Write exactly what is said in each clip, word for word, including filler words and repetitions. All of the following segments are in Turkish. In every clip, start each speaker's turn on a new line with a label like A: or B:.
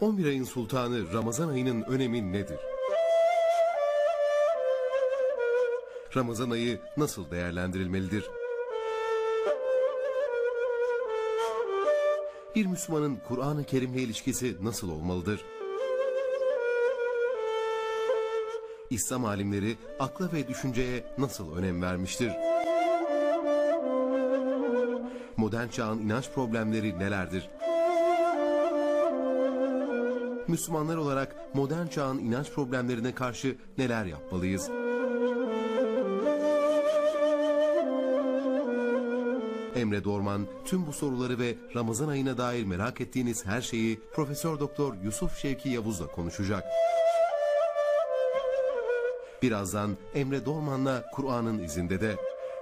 A: on bir ayın sultanı Ramazan ayının önemi nedir? Ramazan ayı nasıl değerlendirilmelidir? Bir Müslümanın Kur'an-ı Kerim'le ilişkisi nasıl olmalıdır? İslam alimleri akla ve düşünceye nasıl önem vermiştir? Modern çağın inanç problemleri nelerdir? Müslümanlar olarak modern çağın inanç problemlerine karşı neler yapmalıyız? Emre Dorman tüm bu soruları ve Ramazan ayına dair merak ettiğiniz her şeyi Profesör Doktor Yusuf Şevki Yavuz'la konuşacak. Birazdan Emre Dorman'la Kur'an'ın izinde de.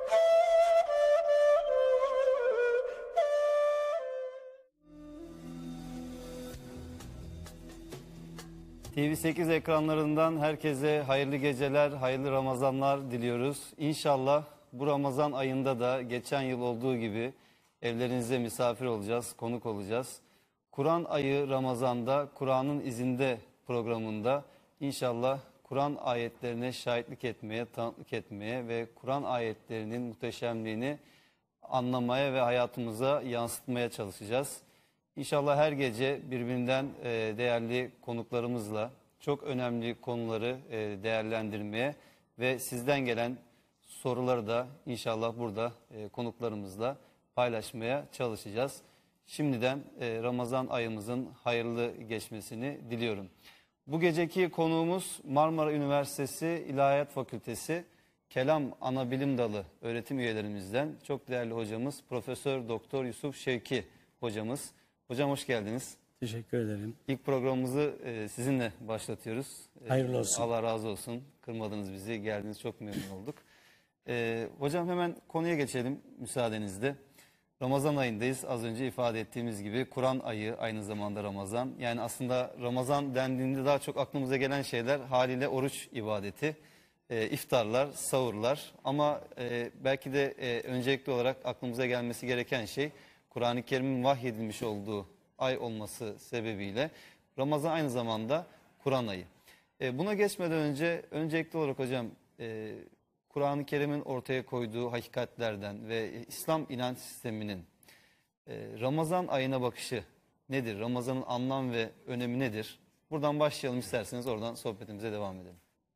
B: T V sekiz ekranlarından herkese hayırlı geceler, hayırlı Ramazanlar diliyoruz. İnşallah bu Ramazan ayında da geçen yıl olduğu gibi evlerinize misafir olacağız, konuk olacağız. Kur'an ayı Ramazan'da, Kur'an'ın izinde programında inşallah Kur'an ayetlerine şahitlik etmeye, tanıklık etmeye ve Kur'an ayetlerinin muhteşemliğini anlamaya ve hayatımıza yansıtmaya çalışacağız. İnşallah her gece birbirinden değerli konuklarımızla çok önemli konuları değerlendirmeye ve sizden gelen soruları da inşallah burada konuklarımızla paylaşmaya çalışacağız. Şimdiden Ramazan ayımızın hayırlı geçmesini diliyorum. Bu geceki konuğumuz Marmara Üniversitesi İlahiyat Fakültesi Kelam Anabilim Dalı öğretim üyelerimizden çok değerli hocamız Profesör Doktor Yusuf Şevki hocamız. Hocam hoş geldiniz.
C: Teşekkür ederim.
B: İlk programımızı e, sizinle başlatıyoruz.
C: Hayırlı olsun.
B: E, Allah razı olsun. Kırmadınız bizi. Geldiniz. Çok memnun olduk. E, hocam hemen konuya geçelim müsaadenizle. Ramazan ayındayız. Az önce ifade ettiğimiz gibi Kur'an ayı aynı zamanda Ramazan. Yani aslında Ramazan dendiğinde daha çok aklımıza gelen şeyler haliyle oruç ibadeti, e, iftarlar, sahurlar. Ama e, belki de e, öncelikli olarak aklımıza gelmesi gereken şey Kur'an-ı Kerim'in vahyedilmiş olduğu ay olması sebebiyle Ramazan aynı zamanda Kur'an ayı. E, buna geçmeden önce öncelikli olarak hocam e, Kur'an-ı Kerim'in ortaya koyduğu hakikatlerden ve İslam inanç sisteminin e, Ramazan ayına bakışı nedir? Ramazan'ın anlam ve önemi nedir? Buradan başlayalım isterseniz, oradan sohbetimize devam edelim.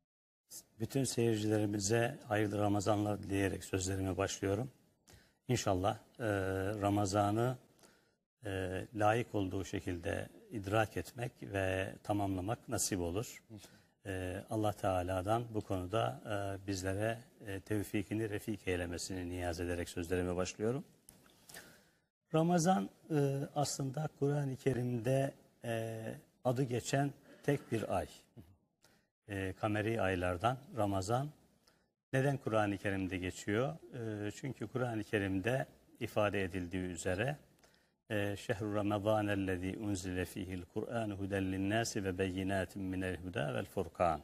C: Bütün seyircilerimize hayırlı Ramazanlar dileyerek sözlerime başlıyorum. İnşallah e, Ramazan'ı e, layık olduğu şekilde idrak etmek ve tamamlamak nasip olur. E, Allah Teala'dan bu konuda e, bizlere e, tevfikini refik eylemesini niyaz ederek sözlerime başlıyorum. Ramazan e, aslında Kur'an-ı Kerim'de e, adı geçen tek bir ay. E, kameri aylardan Ramazan. Neden Kur'an-ı Kerim'de geçiyor? E, çünkü Kur'an-ı Kerim'de ifade edildiği üzere şehru ramazanellezî unzile fîhil Kur'ân huden linnâsi ve beyinâtin minel hudâ vel furkân.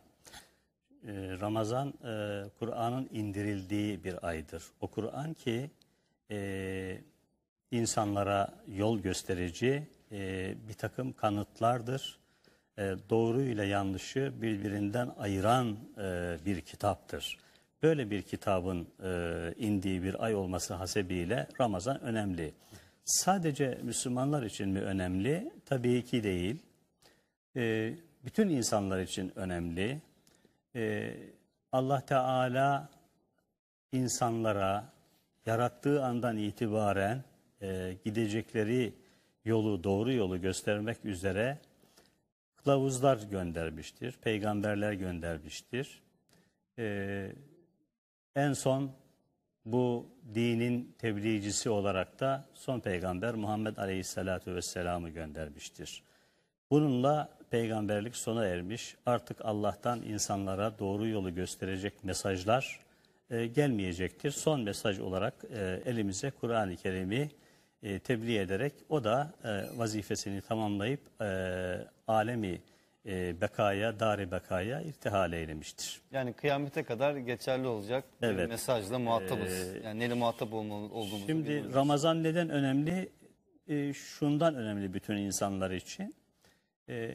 C: Ramazan e, Kur'an'ın indirildiği bir aydır. O Kur'an ki e, insanlara yol gösterici e, bir takım kanıtlardır. E, doğru ile yanlışı birbirinden ayıran e, bir kitaptır. Böyle bir kitabın e, indiği bir ay olması hasebiyle Ramazan önemli. Sadece Müslümanlar için mi önemli? Tabii ki değil. E, bütün insanlar için önemli. E, Allah Teala insanlara yarattığı andan itibaren e, gidecekleri yolu, doğru yolu göstermek üzere kılavuzlar göndermiştir, peygamberler göndermiştir. E, en son bu dinin tebliğcisi olarak da son peygamber Muhammed Aleyhisselatü Vesselam'ı göndermiştir. Bununla peygamberlik sona ermiş. Artık Allah'tan insanlara doğru yolu gösterecek mesajlar e, gelmeyecektir. Son mesaj olarak e, elimize Kur'an-ı Kerim'i e, tebliğ ederek o da e, vazifesini tamamlayıp e, alemi e, bekaya, dar-ı bekaya irtihal eylemiştir.
B: Yani kıyamete kadar geçerli olacak bir
C: evet.
B: mesajla muhatabız.
C: Ee,
B: yani neyle muhatap olmalı, olduğumuzu
C: Şimdi
B: biliyoruz.
C: Ramazan neden önemli? E, şundan önemli bütün insanlar için. E,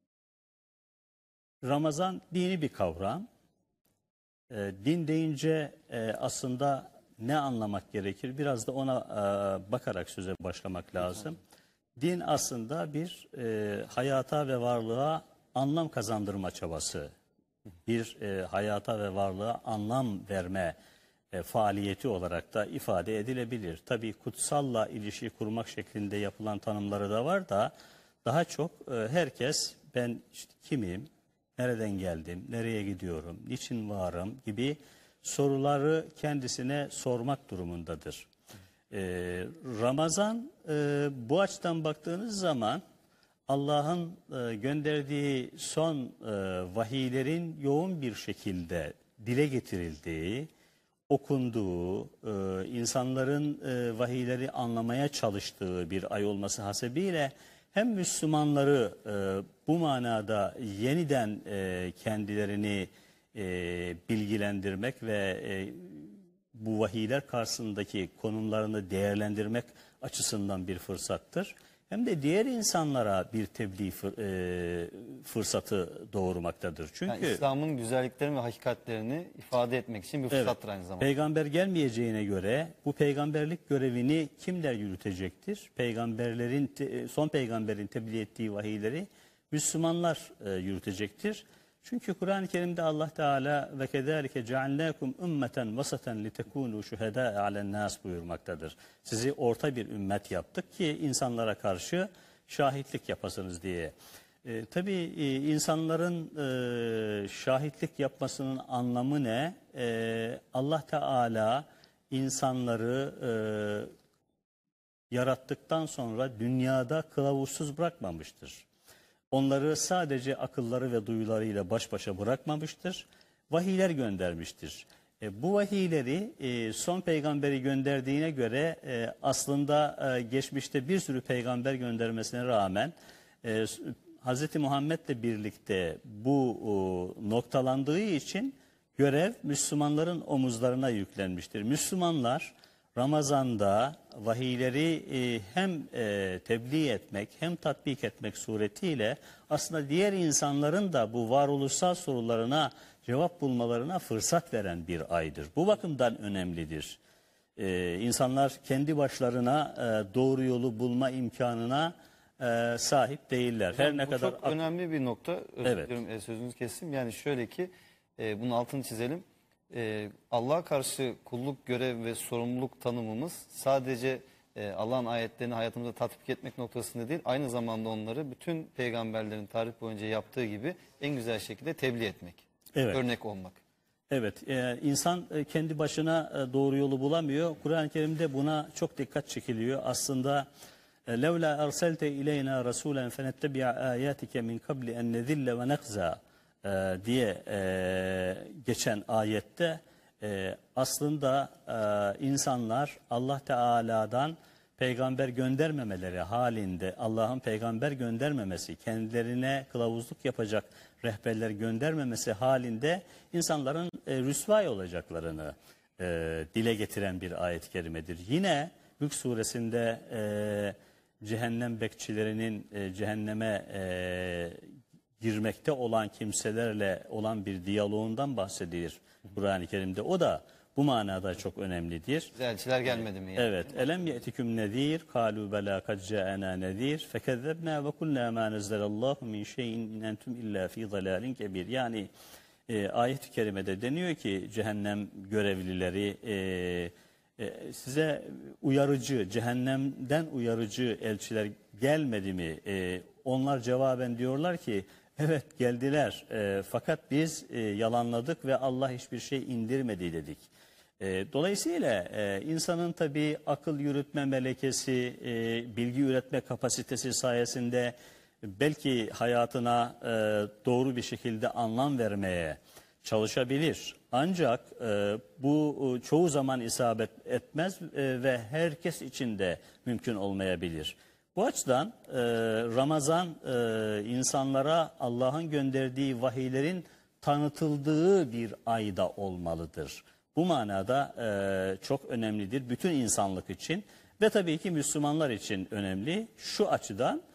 C: Ramazan dini bir kavram. E, din deyince e, aslında ne anlamak gerekir? Biraz da ona e, bakarak söze başlamak lazım. Din aslında bir e, hayata ve varlığa anlam kazandırma çabası. Bir e, hayata ve varlığa anlam verme e, faaliyeti olarak da ifade edilebilir. Tabii kutsalla ilişki kurmak şeklinde yapılan tanımları da var da daha çok e, herkes ben işte kimim, nereden geldim, nereye gidiyorum, niçin varım gibi soruları kendisine sormak durumundadır. Ee, Ramazan e, bu açıdan baktığınız zaman Allah'ın e, gönderdiği son e, vahiylerin yoğun bir şekilde dile getirildiği, okunduğu, e, insanların e, vahiyleri anlamaya çalıştığı bir ay olması hasebiyle hem Müslümanları e, bu manada yeniden e, kendilerini e, bilgilendirmek ve e, bu vahiyler karşısındaki konumlarını değerlendirmek açısından bir fırsattır. Hem de diğer insanlara bir tebliğ fır, e, fırsatı doğurmaktadır. Çünkü
B: Yani İslam'ın güzelliklerini ve hakikatlerini ifade etmek için bir fırsattır aynı zamanda.
C: Peygamber gelmeyeceğine göre bu peygamberlik görevini kimler yürütecektir? Peygamberlerin son peygamberin tebliğ ettiği vahiyleri Müslümanlar e, yürütecektir. Çünkü Kur'an-ı Kerim'de Allah Teala ve kezalike cealnakum ummeten vasaten litekunu şuhada alen nas buyurmaktadır. Sizi orta bir ümmet yaptık ki insanlara karşı şahitlik yapasınız diye. E, tabii e, insanların e, şahitlik yapmasının anlamı ne? E, Allah Teala insanları e, yarattıktan sonra dünyada kılavuzsuz bırakmamıştır. Onları sadece akılları ve duyularıyla baş başa bırakmamıştır. Vahiyler göndermiştir. E, bu vahiyleri e, son peygamberi gönderdiğine göre e, aslında e, geçmişte bir sürü peygamber göndermesine rağmen e, Hz. Muhammed'le birlikte bu o, noktalandığı için görev Müslümanların omuzlarına yüklenmiştir. Müslümanlar Ramazan'da vahiyleri e, hem e, tebliğ etmek hem tatbik etmek suretiyle aslında diğer insanların da bu varoluşsal sorularına cevap bulmalarına fırsat veren bir aydır. Bu bakımdan önemlidir. E, insanlar kendi başlarına e, doğru yolu bulma imkanına e, sahip değiller. Her ne
B: Bu
C: kadar
B: çok önemli bir nokta. Özür
C: Evet.
B: dilerim, e, sözünüzü kestim. Yani şöyle ki e, bunun altını çizelim. E, Allah'a karşı kulluk, görev ve sorumluluk tanımımız sadece e, Allah'ın ayetlerini hayatımıza tatbik etmek noktasında değil, aynı zamanda onları bütün peygamberlerin tarih boyunca yaptığı gibi en güzel şekilde tebliğ etmek,
C: Evet.
B: örnek olmak.
C: Evet, e, insan e, kendi başına e, doğru yolu bulamıyor. Kur'an-ı Kerim'de buna çok dikkat çekiliyor. Aslında لَوْلَا أَرْسَلْتَ اِلَيْنَا رَسُولًا فَنَتَّبِعَ آيَاتِكَ مِنْ قَبْلِ اَنْ نَذِلَّ وَنَخْزَى diye e, geçen ayette e, aslında e, insanlar Allah Teala'dan peygamber göndermemeleri halinde, Allah'ın peygamber göndermemesi, kendilerine kılavuzluk yapacak rehberler göndermemesi halinde insanların e, rüsvay olacaklarını e, dile getiren bir ayet-i kerimedir. Yine Mülk suresinde e, cehennem bekçilerinin e, cehenneme e, girmekte olan kimselerle olan bir diyaloğundan bahsedilir Kur'an-ı Kerim'de. O da bu manada çok önemlidir.
B: Elçiler gelmedi mi? Yani?
C: Evet. Elem ye'tikum nezir kalu bela kad ca'ana nezir fekezzebna ve kulna ma nezzelallahu min şeyin in entum illa fi dalalin kebir. Yani e, ayet-i kerimede deniyor ki cehennem görevlileri e, e, size uyarıcı, cehennemden uyarıcı elçiler gelmedi mi? E, onlar cevaben diyorlar ki evet geldiler e, fakat biz e, yalanladık ve Allah hiçbir şey indirmedi dedik. E, dolayısıyla e, insanın tabii akıl yürütme melekesi, e, bilgi üretme kapasitesi sayesinde belki hayatına e, doğru bir şekilde anlam vermeye çalışabilir. Ancak e, bu e, çoğu zaman isabet etmez e, ve herkes için de mümkün olmayabilir. Bu açıdan e, Ramazan e, insanlara Allah'ın gönderdiği vahiylerin tanıtıldığı bir ayda olmalıdır. Bu manada e, çok önemlidir bütün insanlık için ve tabii ki Müslümanlar için önemli. Şu açıdan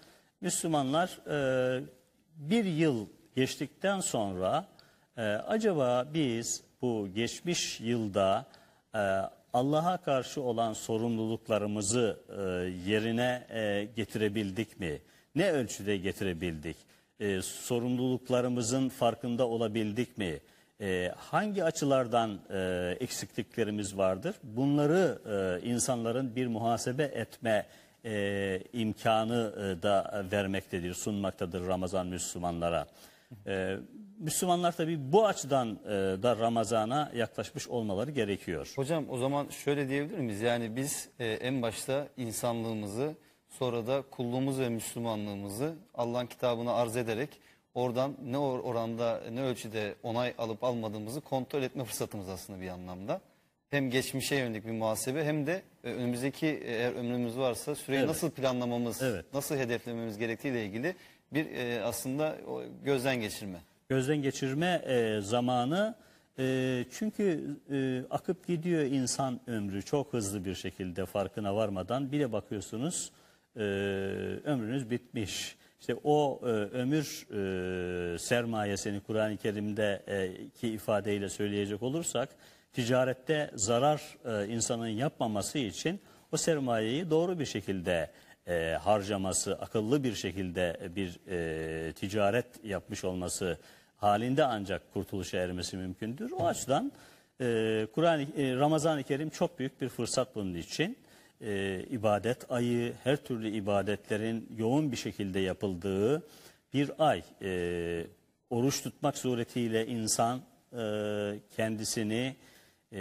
C: Müslümanlar e, bir yıl geçtikten sonra e, acaba biz bu geçmiş yılda e, Allah'a karşı olan sorumluluklarımızı e, yerine e, getirebildik mi? Ne ölçüde getirebildik? E, sorumluluklarımızın farkında olabildik mi? E, hangi açılardan e, eksikliklerimiz vardır? Bunları e, insanların bir muhasebe etme e, imkanı e, da vermektedir, sunmaktadır Ramazan Müslümanlara. E, Müslümanlar tabii bu açıdan e, da Ramazan'a yaklaşmış olmaları gerekiyor.
B: Hocam o zaman şöyle diyebilir miyiz? Yani biz e, en başta insanlığımızı, sonra da kulluğumuz ve Müslümanlığımızı Allah'ın kitabına arz ederek oradan ne or oranda ne ölçüde onay alıp almadığımızı kontrol etme fırsatımız aslında bir anlamda. Hem geçmişe yönelik bir muhasebe hem de e, önümüzdeki e, eğer ömrümüz varsa süreyi
C: Evet.
B: nasıl planlamamız,
C: Evet.
B: nasıl hedeflememiz gerektiğiyle ilgili bir e, aslında o gözden geçirme.
C: Gözden geçirme e, zamanı e, çünkü e, akıp gidiyor insan ömrü çok hızlı bir şekilde farkına varmadan. Bir de bakıyorsunuz e, ömrünüz bitmiş. İşte o e, ömür e, sermayesini Kur'an-ı Kerim'deki ifadeyle söyleyecek olursak ticarette zarar e, insanın yapmaması için o sermayeyi doğru bir şekilde e, harcaması, akıllı bir şekilde bir e, ticaret yapmış olması halinde ancak kurtuluşa ermesi mümkündür. O açıdan e, Kur'an, e, Ramazan-ı Kerim çok büyük bir fırsat bunun için. E, ibadet ayı, her türlü ibadetlerin yoğun bir şekilde yapıldığı bir ay. E, oruç tutmak suretiyle insan e, kendisini e,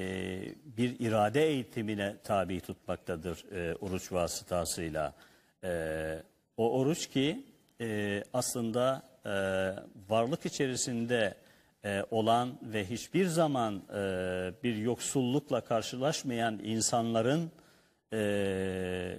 C: bir irade eğitimine tabi tutmaktadır e, oruç vasıtasıyla. E, o oruç ki e, aslında e, varlık içerisinde e, olan ve hiçbir zaman e, bir yoksullukla karşılaşmayan insanların e,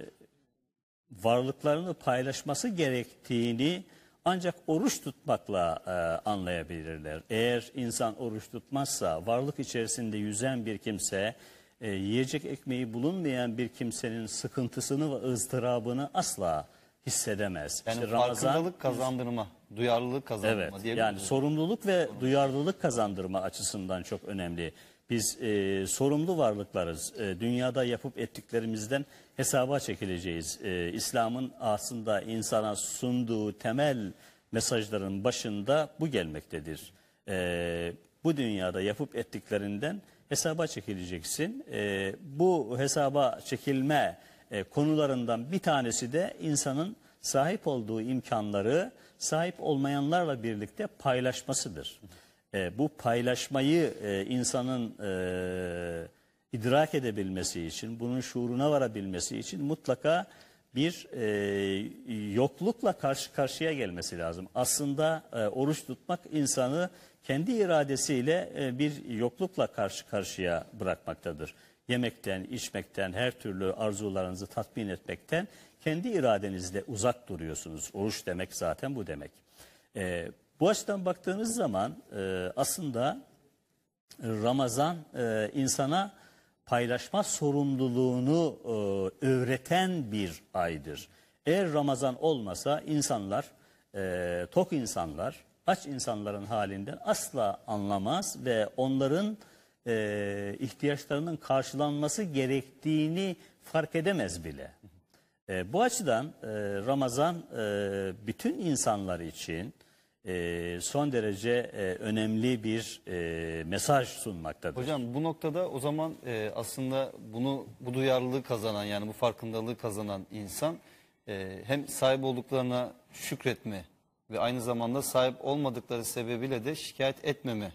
C: varlıklarını paylaşması gerektiğini ancak oruç tutmakla e, anlayabilirler. Eğer insan oruç tutmazsa, varlık içerisinde yüzen bir kimse, e, yiyecek ekmeği bulunmayan bir kimsenin sıkıntısını ve ızdırabını asla hissedemez.
B: Yani
C: İşte
B: farkındalık kazandırma, duyarlılık kazandırma
C: Evet,
B: diyebilir
C: yani
B: miyiz?
C: sorumluluk ve duyarlılık kazandırma açısından çok önemli. Biz e, sorumlu varlıklarız. E, dünyada yapıp ettiklerimizden hesaba çekileceğiz. E, İslam'ın aslında insana sunduğu temel mesajların başında bu gelmektedir. E, bu dünyada yapıp ettiklerinden hesaba çekileceksin. E, bu hesaba çekilme e, konularından bir tanesi de insanın sahip olduğu imkanları sahip olmayanlarla birlikte paylaşmasıdır. E, bu paylaşmayı e, insanın e, idrak edebilmesi için, bunun şuuruna varabilmesi için mutlaka bir e, yoklukla karşı karşıya gelmesi lazım. Aslında e, oruç tutmak insanı kendi iradesiyle e, bir yoklukla karşı karşıya bırakmaktadır. Yemekten, içmekten, her türlü arzularınızı tatmin etmekten kendi iradenizle uzak duruyorsunuz. Oruç demek zaten bu demek. E, bu açıdan baktığınız zaman e, aslında Ramazan e, insana paylaşma sorumluluğunu e, öğreten bir aydır. Eğer Ramazan olmasa insanlar, e, tok insanlar, aç insanların halinden asla anlamaz ve onların e, ihtiyaçlarının karşılanması gerektiğini fark edemez bile. E, bu açıdan e, Ramazan e, bütün insanlar için e, son derece e, önemli bir e, mesaj sunmaktadır.
B: Hocam bu noktada o zaman e, aslında bunu bu duyarlılığı kazanan yani bu farkındalığı kazanan insan e, hem sahip olduklarına şükretme ve aynı zamanda sahip olmadıkları sebebiyle de şikayet etmeme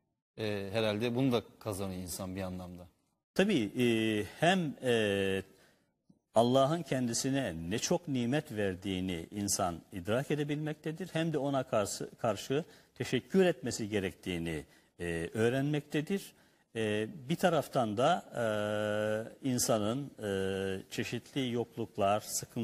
B: e, herhalde bunu da kazanıyor insan bir anlamda.
C: Tabii e, hem e, Allah'ın kendisine ne çok nimet verdiğini insan idrak edebilmektedir. Hem de ona karşı, karşı teşekkür etmesi gerektiğini e, öğrenmektedir. E, bir taraftan da e, insanın e, çeşitli yokluklar,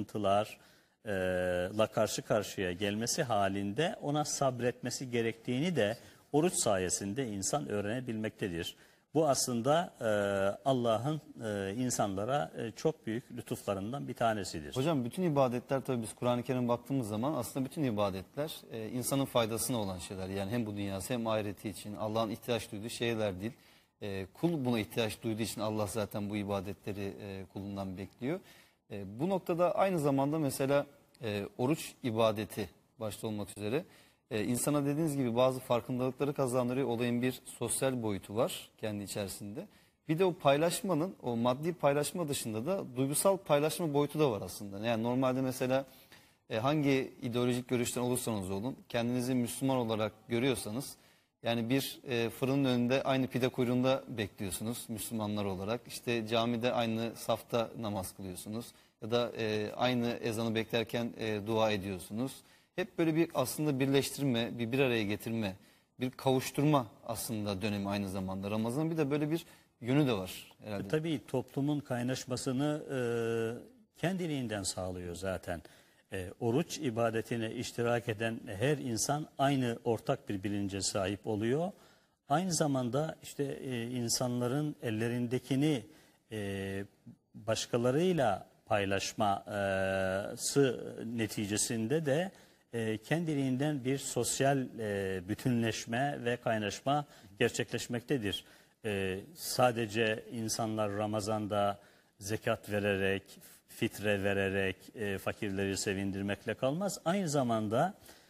C: sıkıntılarla karşı karşıya gelmesi halinde ona sabretmesi gerektiğini de oruç sayesinde insan öğrenebilmektedir. Bu aslında e, Allah'ın e, insanlara e, çok büyük lütuflarından bir tanesidir.
B: Hocam bütün ibadetler, tabii biz Kur'an-ı Kerim'e baktığımız zaman aslında bütün ibadetler e, insanın faydasına olan şeyler. Yani hem bu dünyası hem ahireti için Allah'ın ihtiyaç duyduğu şeyler değil. E, kul buna ihtiyaç duyduğu için Allah zaten bu ibadetleri e, kulundan bekliyor. E, bu noktada aynı zamanda mesela e, oruç ibadeti başta olmak üzere e, insana dediğiniz gibi bazı farkındalıkları kazandırıyor. Olayın bir sosyal boyutu var kendi içerisinde. Bir de o paylaşmanın, o maddi paylaşma dışında da duygusal paylaşma boyutu da var aslında. Yani normalde mesela e, hangi ideolojik görüşten olursanız olun, kendinizi Müslüman olarak görüyorsanız, yani bir e, fırının önünde aynı pide kuyruğunda bekliyorsunuz Müslümanlar olarak. İşte camide aynı safta namaz kılıyorsunuz ya da e, aynı ezanı beklerken e, dua ediyorsunuz. Hep böyle bir aslında birleştirme, bir bir araya getirme, bir kavuşturma aslında dönemi aynı zamanda. Ramazan'ın bir de böyle bir yönü de var herhalde.
C: E, tabii toplumun kaynaşmasını e, kendiliğinden sağlıyor zaten. E, oruç ibadetine iştirak eden her insan aynı ortak bir bilince sahip oluyor. Aynı zamanda işte e, insanların ellerindekini e, başkalarıyla paylaşması neticesinde de e, kendiliğinden bir sosyal e, bütünleşme ve kaynaşma gerçekleşmektedir. E, sadece insanlar Ramazan'da zekat vererek, fitre vererek e, fakirleri sevindirmekle kalmaz. Aynı zamanda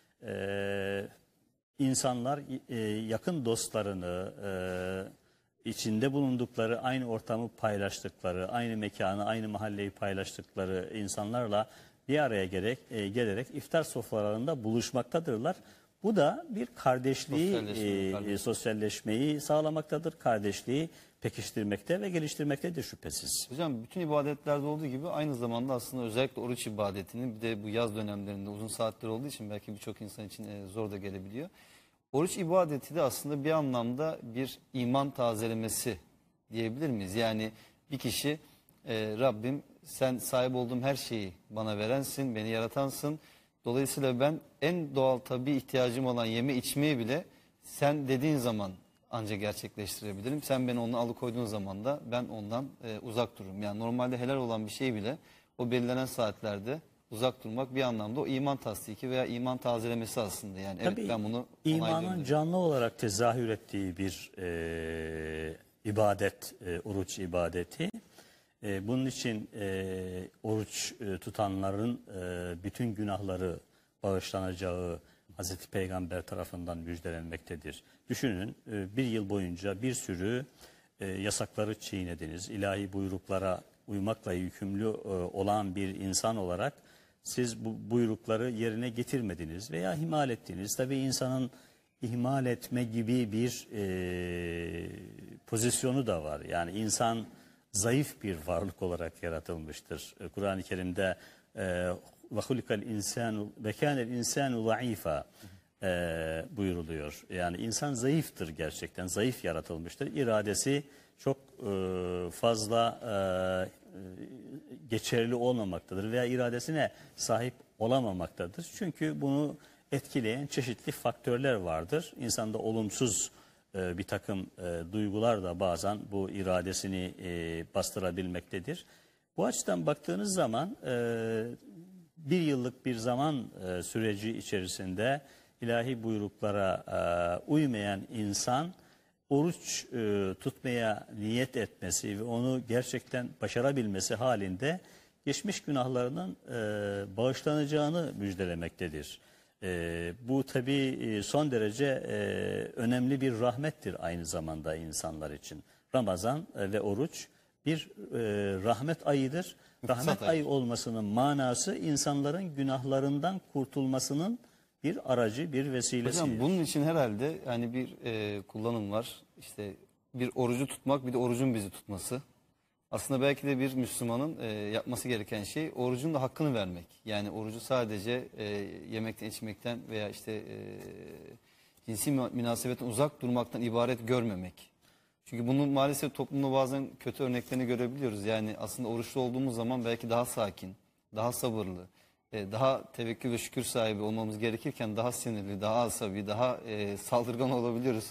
C: e, insanlar e, yakın dostlarını, e, içinde bulundukları aynı ortamı paylaştıkları, aynı mekanı, aynı mahalleyi paylaştıkları insanlarla bir araya gerek, e, gelerek iftar sofralarında buluşmaktadırlar. Bu da bir kardeşliği,
B: Sosyalleşme,
C: e,
B: kardeşlik.
C: sosyalleşmeyi sağlamaktadır, kardeşliği pekiştirmekte ve geliştirmektedir şüphesiz.
B: Hocam bütün ibadetlerde olduğu gibi aynı zamanda aslında özellikle oruç ibadetinin bir de bu yaz dönemlerinde uzun saatler olduğu için belki birçok insan için e, zor da gelebiliyor. Oruç ibadeti de aslında bir anlamda bir iman tazelemesi diyebilir miyiz? Yani bir kişi e, Rabbim sen sahip olduğum her şeyi bana verensin, beni yaratansın. Dolayısıyla ben en doğal tabii ihtiyacım olan yeme içmeyi bile sen dediğin zaman ancak gerçekleştirebilirim. Sen beni ondan alıkoyduğun zaman da ben ondan e, uzak dururum. Yani normalde helal olan bir şey bile o belirlenen saatlerde uzak durmak bir anlamda o iman tasdiki veya iman tazelemesi aslında. Yani
C: Tabii,
B: evet ben bunu
C: imanın
B: onaylıyorum.
C: canlı olarak tezahür ettiği bir e, ibadet, e, oruç ibadeti. E, bunun için e, oruç e, tutanların e, bütün günahları bağışlanacağı Hazreti Peygamber tarafından müjdelenmektedir. Düşünün e, bir yıl boyunca bir sürü e, yasakları çiğnediniz. İlahi buyruklara uymakla yükümlü e, olan bir insan olarak siz bu buyrukları yerine getirmediniz veya ihmal ettiniz. Tabii insanın ihmal etme gibi bir e, pozisyonu da var. Yani insan zayıf bir varlık olarak yaratılmıştır. E, Kur'an-ı Kerim'de ve hulikal insanu ve kânel insanu zayıfa buyuruluyor. Yani insan zayıftır gerçekten. Zayıf yaratılmıştır. İradesi çok e, fazla e, geçerli olmamaktadır veya iradesine sahip olamamaktadır. Çünkü bunu etkileyen çeşitli faktörler vardır. İnsanda olumsuz e, bir takım e, duygular da bazen bu iradesini e, bastırabilmektedir. Bu açıdan baktığınız zaman e, bir yıllık bir zaman e, süreci içerisinde ilahi buyruklara e, uymayan insan oruç e, tutmaya niyet etmesi ve onu gerçekten başarabilmesi halinde geçmiş günahlarının e, bağışlanacağını müjdelemektedir. E, bu tabii son derece e, önemli bir rahmettir aynı zamanda insanlar için. Ramazan ve oruç bir e, rahmet ayıdır. Rahmet
B: ayı.
C: ayı olmasının manası insanların günahlarından kurtulmasının bir aracı, bir vesilesidir.
B: Hocam bunun için herhalde yani bir e, kullanım var. İşte bir orucu tutmak, bir de orucun bizi tutması. Aslında belki de bir Müslümanın e, yapması gereken şey orucun da hakkını vermek. Yani orucu sadece e, yemekten, içmekten veya işte e, cinsi münasebetten uzak durmaktan ibaret görmemek. Çünkü bunun maalesef toplumda bazen kötü örneklerini görebiliyoruz. Yani aslında oruçlu olduğumuz zaman belki daha sakin, daha sabırlı, e, daha tevekkül ve şükür sahibi olmamız gerekirken daha sinirli, daha asabi, daha e, saldırgan olabiliyoruz.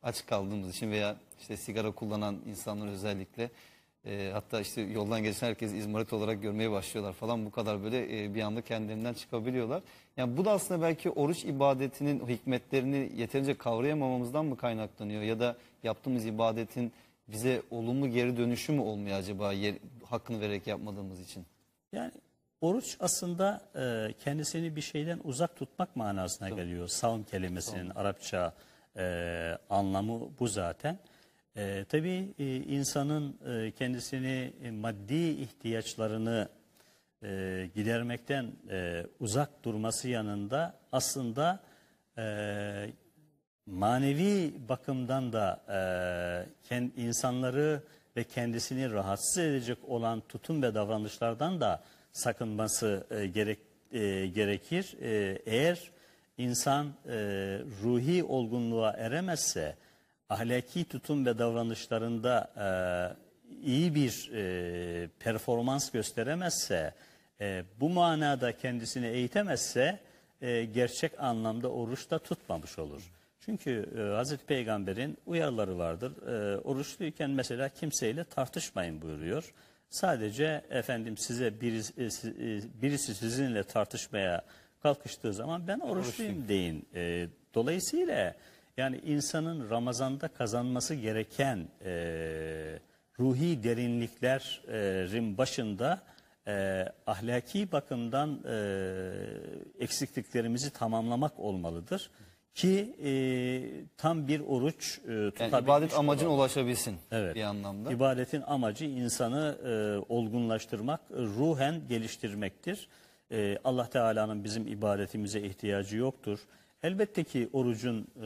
B: aç kaldığımız için veya işte sigara kullanan insanlar özellikle e, hatta işte yoldan geçen herkes izmarit olarak görmeye başlıyorlar falan, bu kadar böyle e, bir anda kendilerinden çıkabiliyorlar. Yani bu da aslında belki oruç ibadetinin hikmetlerini yeterince kavrayamamamızdan mı kaynaklanıyor ya da yaptığımız ibadetin bize olumlu geri dönüşü mü olmuyor acaba, yer, hakkını vererek yapmadığımız için?
C: Yani oruç aslında e, kendisini bir şeyden uzak tutmak manasına geliyor. Savm kelimesinin Arapça e, anlamı bu zaten. E, tabii e, insanın e, kendisini e, maddi ihtiyaçlarını e, gidermekten e, uzak durması yanında aslında e, manevi bakımdan da e, kend, insanları ve kendisini rahatsız edecek olan tutum ve davranışlardan da sakınması e, gerek, e, gerekir. E, eğer insan e, ruhi olgunluğa eremezse, ahlaki tutum ve davranışlarında e, iyi bir e, performans gösteremezse, e, bu manada kendisini eğitemezse e, gerçek anlamda oruç da tutmamış olur. Çünkü e, Hazreti Peygamber'in uyarıları vardır. E, oruçluyken mesela kimseyle tartışmayın buyuruyor. Sadece efendim size birisi, birisi sizinle tartışmaya kalkıştığı zaman ben oruçluyum deyin. E, dolayısıyla yani insanın Ramazan'da kazanması gereken e, ruhi derinliklerin başında e, ahlaki bakımdan e, eksikliklerimizi tamamlamak olmalıdır. Ki e, tam bir oruç e, tutabilmiş
B: Yani ibadet amacına
C: olalım.
B: ulaşabilsin
C: Evet.
B: bir anlamda.
C: İbadetin amacı insanı e, olgunlaştırmak, ruhen geliştirmektir. E, Allah Teala'nın bizim ibadetimize ihtiyacı yoktur. Elbette ki orucun e,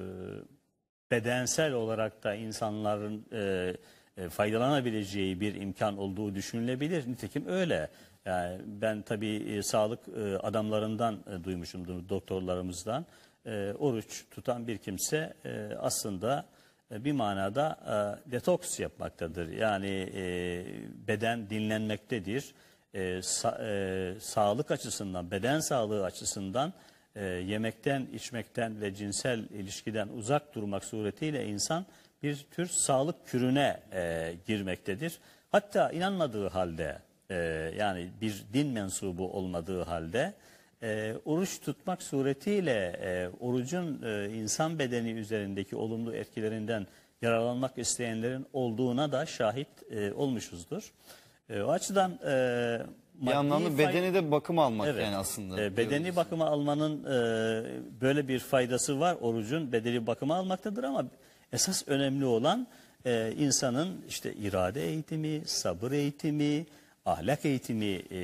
C: bedensel olarak da insanların e, e, faydalanabileceği bir imkan olduğu düşünülebilir. Nitekim öyle. Yani ben tabii e, sağlık e, adamlarından e, duymuşumdur, doktorlarımızdan. E, oruç tutan bir kimse e, aslında e, bir manada e, detoks yapmaktadır. Yani e, beden dinlenmektedir. E, sa, e, sağlık açısından, beden sağlığı açısından e, yemekten, içmekten ve cinsel ilişkiden uzak durmak suretiyle insan bir tür sağlık kürüne e, girmektedir. Hatta inanmadığı halde, e, yani bir din mensubu olmadığı halde, E, oruç tutmak suretiyle e, orucun e, insan bedeni üzerindeki olumlu etkilerinden yararlanmak isteyenlerin olduğuna da şahit e, olmuşuzdur. E, o açıdan e,
B: Bir anlamda
C: fay-
B: bedeni de bakıma almak
C: Evet.
B: yani aslında.
C: E, bedeni
B: diyoruz.
C: bakıma almanın e, böyle bir faydası var. Orucun bedeni bakıma almaktadır ama esas önemli olan e, insanın işte irade eğitimi, sabır eğitimi, ahlak eğitimi e,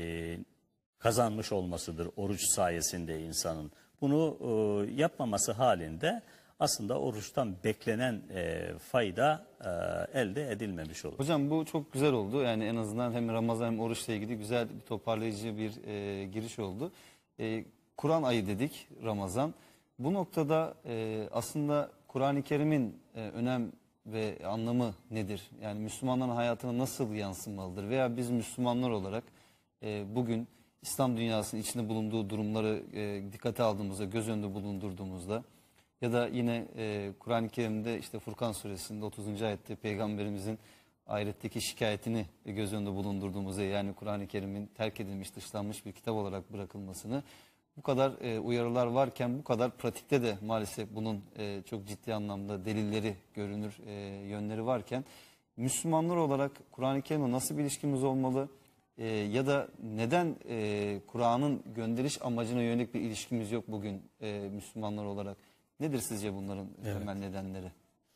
C: kazanmış olmasıdır oruç sayesinde insanın. Bunu e, yapmaması halinde aslında oruçtan beklenen e, fayda e, elde edilmemiş olur.
B: Hocam bu çok güzel oldu. Yani en azından hem Ramazan hem oruçla ilgili güzel bir toparlayıcı bir e, giriş oldu. E, Kur'an ayı dedik, Ramazan. Bu noktada e, aslında Kur'an-ı Kerim'in e, önem ve anlamı nedir? Yani Müslümanların hayatına nasıl yansımalıdır? Veya biz Müslümanlar olarak e, bugün İslam dünyasının içinde bulunduğu durumları e, dikkate aldığımızda, göz önünde bulundurduğumuzda ya da yine e, Kur'an-ı Kerim'de işte Furkan suresinde otuzuncu ayette Peygamberimizin ahiretteki şikayetini göz önünde bulundurduğumuzda, yani Kur'an-ı Kerim'in terk edilmiş, dışlanmış bir kitap olarak bırakılmasını, bu kadar e, uyarılar varken bu kadar pratikte de maalesef bunun e, çok ciddi anlamda delilleri görünür, e, yönleri varken Müslümanlar olarak Kur'an-ı Kerim'le nasıl bir ilişkimiz olmalı? E, ya da neden e, Kur'an'ın gönderiş amacına yönelik bir ilişkimiz yok bugün e, Müslümanlar olarak? Nedir sizce bunların
C: Evet.
B: temel nedenleri?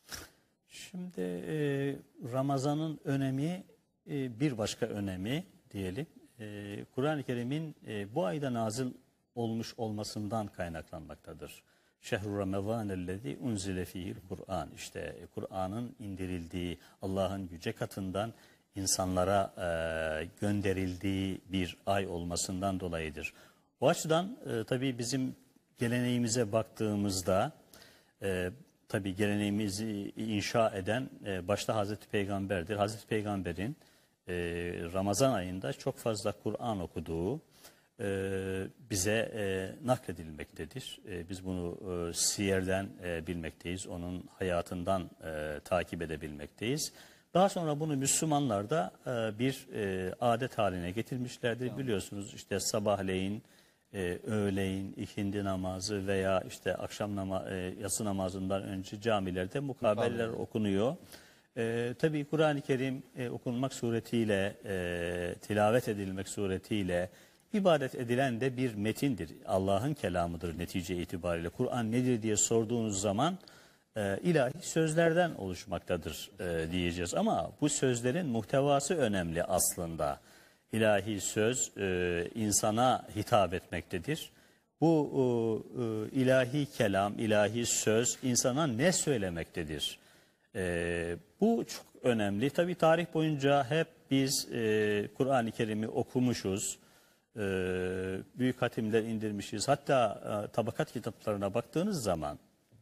C: Şimdi e, Ramazan'ın önemi e, bir başka önemi diyelim. E, Kur'an-ı Kerim'in e, bu ayda nazil olmuş olmasından kaynaklanmaktadır. Şehr-ü Ramazanellezî unzile fîhil Kur'an. İşte Kur'an'ın indirildiği, Allah'ın yüce katından insanlara e, gönderildiği bir ay olmasından dolayıdır. O açıdan e, tabii bizim geleneğimize baktığımızda, e, tabii geleneğimizi inşa eden e, başta Hazreti Peygamber'dir. Hazreti Peygamber'in e, Ramazan ayında çok fazla Kur'an okuduğu e, bize e, nakledilmektedir. E, biz bunu e, siyerden e, bilmekteyiz, onun hayatından e, takip edebilmekteyiz. Daha sonra bunu Müslümanlar da e, bir e, adet haline getirmişlerdir. Tamam. Biliyorsunuz işte sabahleyin, e, öğleyin, ikindi namazı veya işte akşam nama, e, yatsı namazından önce camilerde mukabeller okunuyor. E, tabii Kur'an-ı Kerim e, okunmak suretiyle, e, tilavet edilmek suretiyle ibadet edilen de bir metindir. Allah'ın kelamıdır netice itibariyle. Kur'an nedir diye sorduğunuz zaman e, ilahi sözlerden oluşmaktadır e, diyeceğiz. Ama bu sözlerin muhtevası önemli aslında. İlahi söz e, insana hitap etmektedir. Bu e, e, ilahi kelam, ilahi söz insana ne söylemektedir? E, bu çok önemli. Tabii tarih boyunca hep biz e, Kur'an-ı Kerim'i okumuşuz. E, büyük hatimler indirmişiz. Hatta e, tabakat kitaplarına baktığınız zaman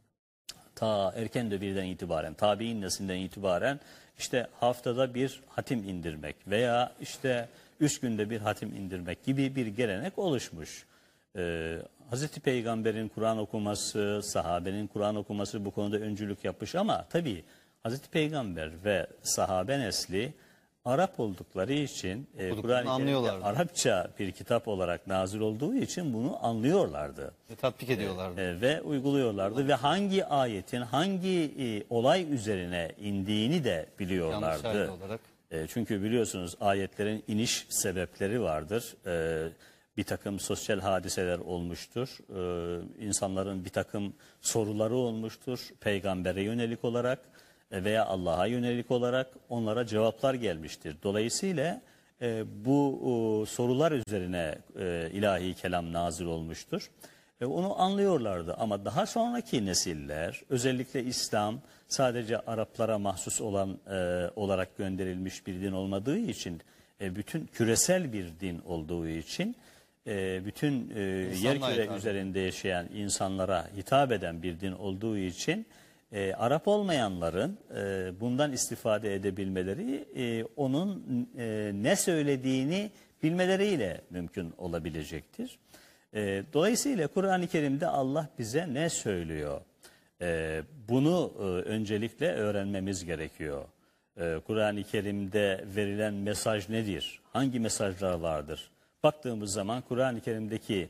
C: ta erken devirden itibaren, tabi'in neslinden itibaren işte haftada bir hatim indirmek veya işte üç günde bir hatim indirmek gibi bir gelenek oluşmuş. Ee, Hazreti Peygamber'in Kur'an okuması, sahabenin Kur'an okuması bu konuda öncülük yapmış ama tabii Hazreti Peygamber ve sahabe nesli Arap oldukları için e, Kur'an-ı Kerim'de Arapça bir kitap olarak nazil olduğu için bunu anlıyorlardı.
B: Ve tatbik ediyorlardı.
C: E, ve uyguluyorlardı ve hangi ayetin hangi e, olay üzerine indiğini de biliyorlardı.
B: Olarak.
C: E, çünkü biliyorsunuz ayetlerin iniş sebepleri vardır. E, bir takım sosyal hadiseler olmuştur. E, insanların bir takım soruları olmuştur. Peygambere yönelik olarak veya Allah'a yönelik olarak onlara cevaplar gelmiştir. Dolayısıyla e, bu e, sorular üzerine e, ilahi kelam nazil olmuştur. E, onu anlıyorlardı ama daha sonraki nesiller özellikle İslam sadece Araplara mahsus olan e, olarak gönderilmiş bir din olmadığı için e, bütün küresel bir din olduğu için e, bütün e, yerküre üzerinde yaşayan insanlara hitap eden bir din olduğu için E, Arap olmayanların e, bundan istifade edebilmeleri e, onun e, ne söylediğini bilmeleriyle mümkün olabilecektir. E, dolayısıyla Kur'an-ı Kerim'de Allah bize ne söylüyor? E, bunu e, öncelikle öğrenmemiz gerekiyor. E, Kur'an-ı Kerim'de verilen mesaj nedir? Hangi mesajlar vardır? Baktığımız zaman Kur'an-ı Kerim'deki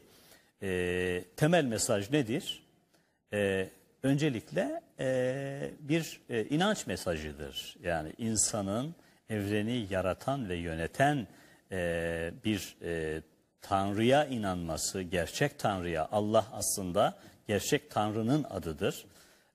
C: e, temel mesaj nedir? E, Öncelikle e, bir e, inanç mesajıdır. Yani insanın evreni yaratan ve yöneten e, bir e, Tanrı'ya inanması, gerçek Tanrı'ya, Allah aslında gerçek Tanrı'nın adıdır.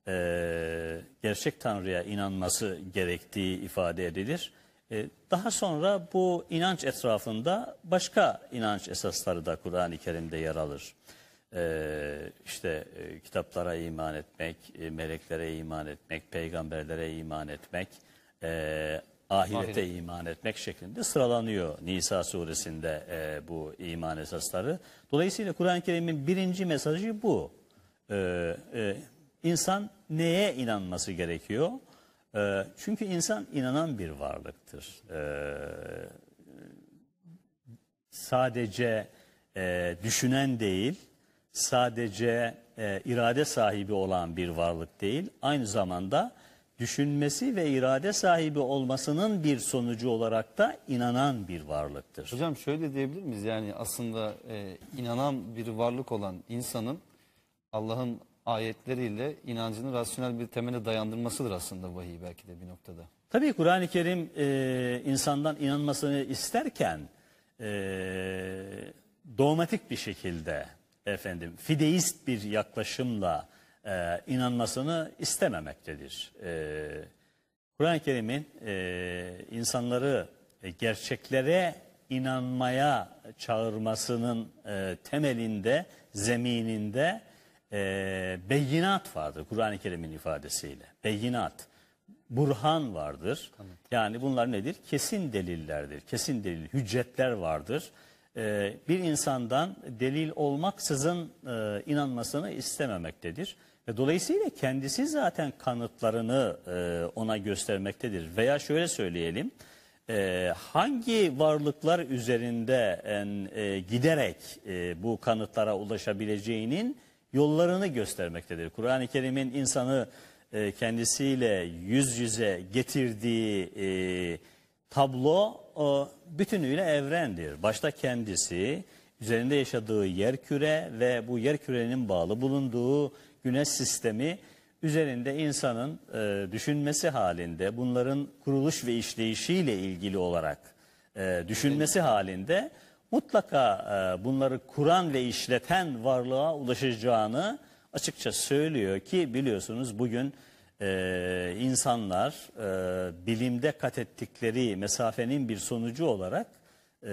C: E, gerçek Tanrı'ya inanması gerektiği ifade edilir. E, daha sonra bu inanç etrafında başka inanç esasları da Kur'an-ı Kerim'de yer alır. Ee, işte e, kitaplara iman etmek, e, meleklere iman etmek, peygamberlere iman etmek, e, ahirete Ahiret. iman etmek şeklinde sıralanıyor Nisa suresinde e, bu iman esasları. Dolayısıyla Kur'an-ı Kerim'in birinci mesajı bu. Ee, e, insan neye inanması gerekiyor? E, çünkü insan inanan bir varlıktır. E, sadece e, düşünen değil, sadece e, irade sahibi olan bir varlık değil, aynı zamanda düşünmesi ve irade sahibi olmasının bir sonucu olarak da inanan bir varlıktır.
B: Hocam şöyle diyebilir miyiz? Yani aslında e, inanan bir varlık olan insanın Allah'ın ayetleriyle inancını rasyonel bir temele dayandırmasıdır aslında vahiy belki de bir noktada.
C: Tabii Kur'an-ı Kerim e, insandan inanmasını isterken e, dogmatik bir şekilde, efendim, fideist bir yaklaşımla e, inanmasını istememektedir. E, Kur'an-ı Kerim'in e, insanları e, gerçeklere inanmaya çağırmasının e, temelinde, zemininde e, beyinat vardır Kur'an-ı Kerim'in ifadesiyle. Beyinat, burhan vardır. Tamam. Yani bunlar nedir? Kesin delillerdir, kesin delil, hüccetler vardır. Bir insandan delil olmaksızın e, inanmasını istememektedir. Ve dolayısıyla kendisi zaten kanıtlarını e, ona göstermektedir. Veya şöyle söyleyelim, e, hangi varlıklar üzerinde e, giderek e, bu kanıtlara ulaşabileceğinin yollarını göstermektedir. Kur'an-ı Kerim'in insanı e, kendisiyle yüz yüze getirdiği e, tablo o, bütünüyle evrendir. Başta kendisi, üzerinde yaşadığı yerküre ve bu yerkürenin bağlı bulunduğu güneş sistemi üzerinde insanın e, düşünmesi halinde, bunların kuruluş ve işleyişiyle ilgili olarak e, düşünmesi halinde mutlaka e, bunları kuran ve işleten varlığa ulaşacağını açıkça söylüyor ki biliyorsunuz bugün e, insanlar e, bilimde kat ettikleri mesafenin bir sonucu olarak e,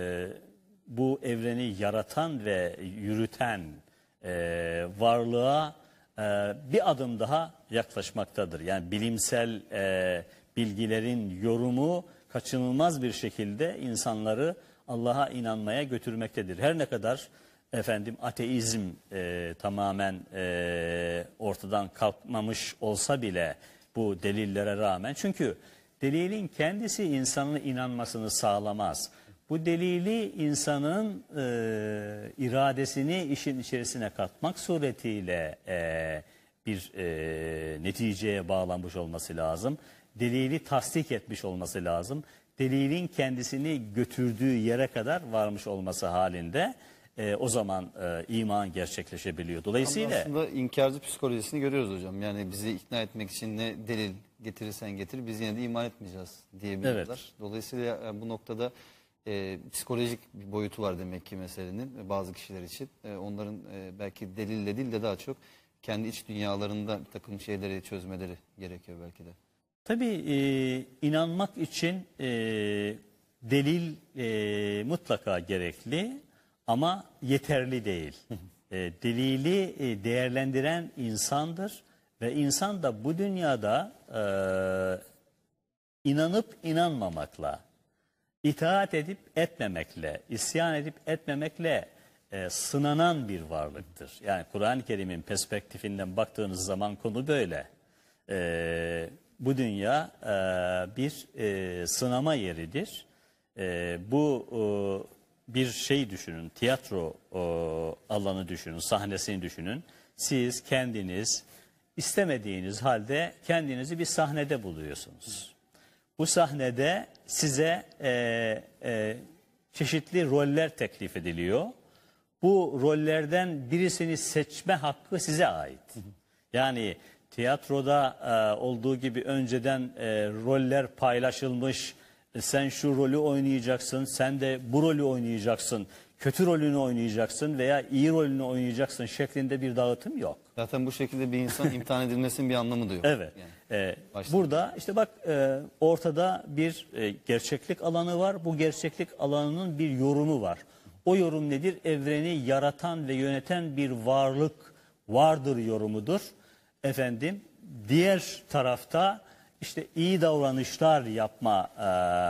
C: bu evreni yaratan ve yürüten e, varlığa e, bir adım daha yaklaşmaktadır. Yani bilimsel e, bilgilerin yorumu kaçınılmaz bir şekilde insanları Allah'a inanmaya götürmektedir. Her ne kadar efendim ateizm e, tamamen e, ortadan kalkmamış olsa bile bu delillere rağmen, çünkü delilin kendisi insanın inanmasını sağlamaz. Bu delili insanın e, iradesini işin içerisine katmak suretiyle e, bir e, neticeye bağlanmış olması lazım. Delili tasdik etmiş olması lazım. Delilin kendisini götürdüğü yere kadar varmış olması halinde e, o zaman e, iman gerçekleşebiliyor. Dolayısıyla
B: Aslında inkarcı psikolojisini görüyoruz hocam. Yani bizi ikna etmek için ne delil getirirsen getir, biz yine de iman etmeyeceğiz diyebiliyorlar.
C: Evet.
B: Dolayısıyla yani bu noktada e, psikolojik bir boyutu var demek ki meselenin e, bazı kişiler için. E, onların e, belki delille değil de daha çok kendi iç dünyalarında bir takım şeyleri çözmeleri gerekiyor belki de.
C: tabii e, inanmak için e, delil e, mutlaka gerekli ama yeterli değil. E, delili e, değerlendiren insandır ve insan da bu dünyada e, inanıp inanmamakla, itaat edip etmemekle, isyan edip etmemekle e, sınanan bir varlıktır. Yani Kur'an-ı Kerim'in perspektifinden baktığınız zaman konu böyle. E, bu dünya e, bir e, sınama yeridir. E, bu e, bir şey düşünün, tiyatro e, alanı düşünün, sahnesini düşünün. Siz kendiniz istemediğiniz halde kendinizi bir sahnede buluyorsunuz. Bu sahnede size e, e, çeşitli roller teklif ediliyor. Bu rollerden birisini seçme hakkı size ait. Yani tiyatroda e, olduğu gibi önceden e, roller paylaşılmış. E, sen şu rolü oynayacaksın, sen de bu rolü oynayacaksın. Kötü rolünü oynayacaksın veya iyi rolünü oynayacaksın şeklinde bir dağıtım yok.
B: Zaten bu şekilde bir insan imtihan edilmesinin bir anlamı da yok.
C: Evet.
B: Yani.
C: Ee,
B: Başta.
C: burada işte bak e, ortada bir e, gerçeklik alanı var. Bu gerçeklik alanının bir yorumu var. O yorum nedir? Evreni yaratan ve yöneten bir varlık vardır yorumudur. Efendim diğer tarafta işte iyi davranışlar yapma e,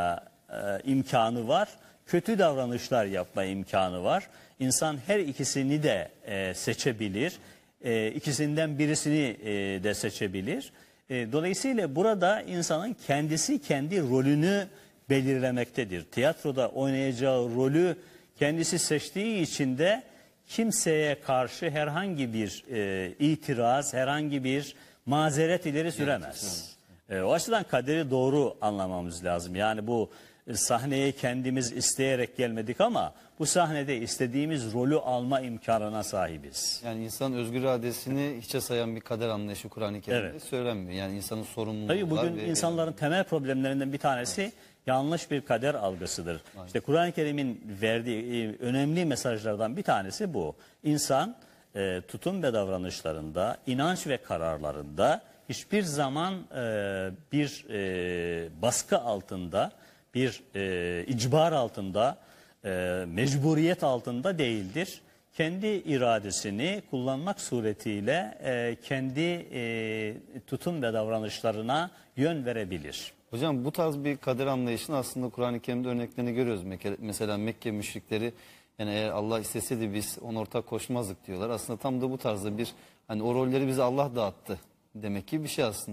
C: e, imkanı var. Kötü davranışlar yapma imkanı var. İnsan her ikisini de e, seçebilir. E, ikisinden birisini e, de seçebilir. E, dolayısıyla burada insanın kendisi kendi rolünü belirlemektedir. Tiyatroda oynayacağı rolü kendisi seçtiği için de kimseye karşı herhangi bir e, itiraz, herhangi bir mazeret ileri süremez. E, o açıdan kaderi doğru anlamamız lazım. Yani bu e, sahneye kendimiz isteyerek gelmedik ama bu sahnede istediğimiz rolü alma imkanına sahibiz.
B: Yani insan özgür iradesini hiçe sayan bir kader anlayışı Kur'an-ı Kerim'de
C: Evet.
B: söylenmiyor. Yani insanın sorumluluğu
C: Tabii
B: var.
C: bugün
B: ve-
C: insanların temel problemlerinden bir tanesi evet. yanlış bir kader algısıdır. Aynen. İşte Kur'an-ı Kerim'in verdiği e, önemli mesajlardan bir tanesi bu. İnsan e, tutum ve davranışlarında, inanç ve kararlarında hiçbir zaman e, bir e, baskı altında, bir e, icbar altında, e, mecburiyet altında değildir. Kendi iradesini kullanmak suretiyle e, kendi e, tutum ve davranışlarına yön verebilir.
B: Hocam bu tarz bir kader anlayışını aslında Kur'an-ı Kerim'de örneklerini görüyoruz. Mekke- Mesela Mekke müşrikleri yani eğer Allah isteseydi biz ona ortak koşmazdık diyorlar. Aslında tam da bu tarzda bir hani o rolleri bize Allah dağıttı demek ki bir şey aslında bu.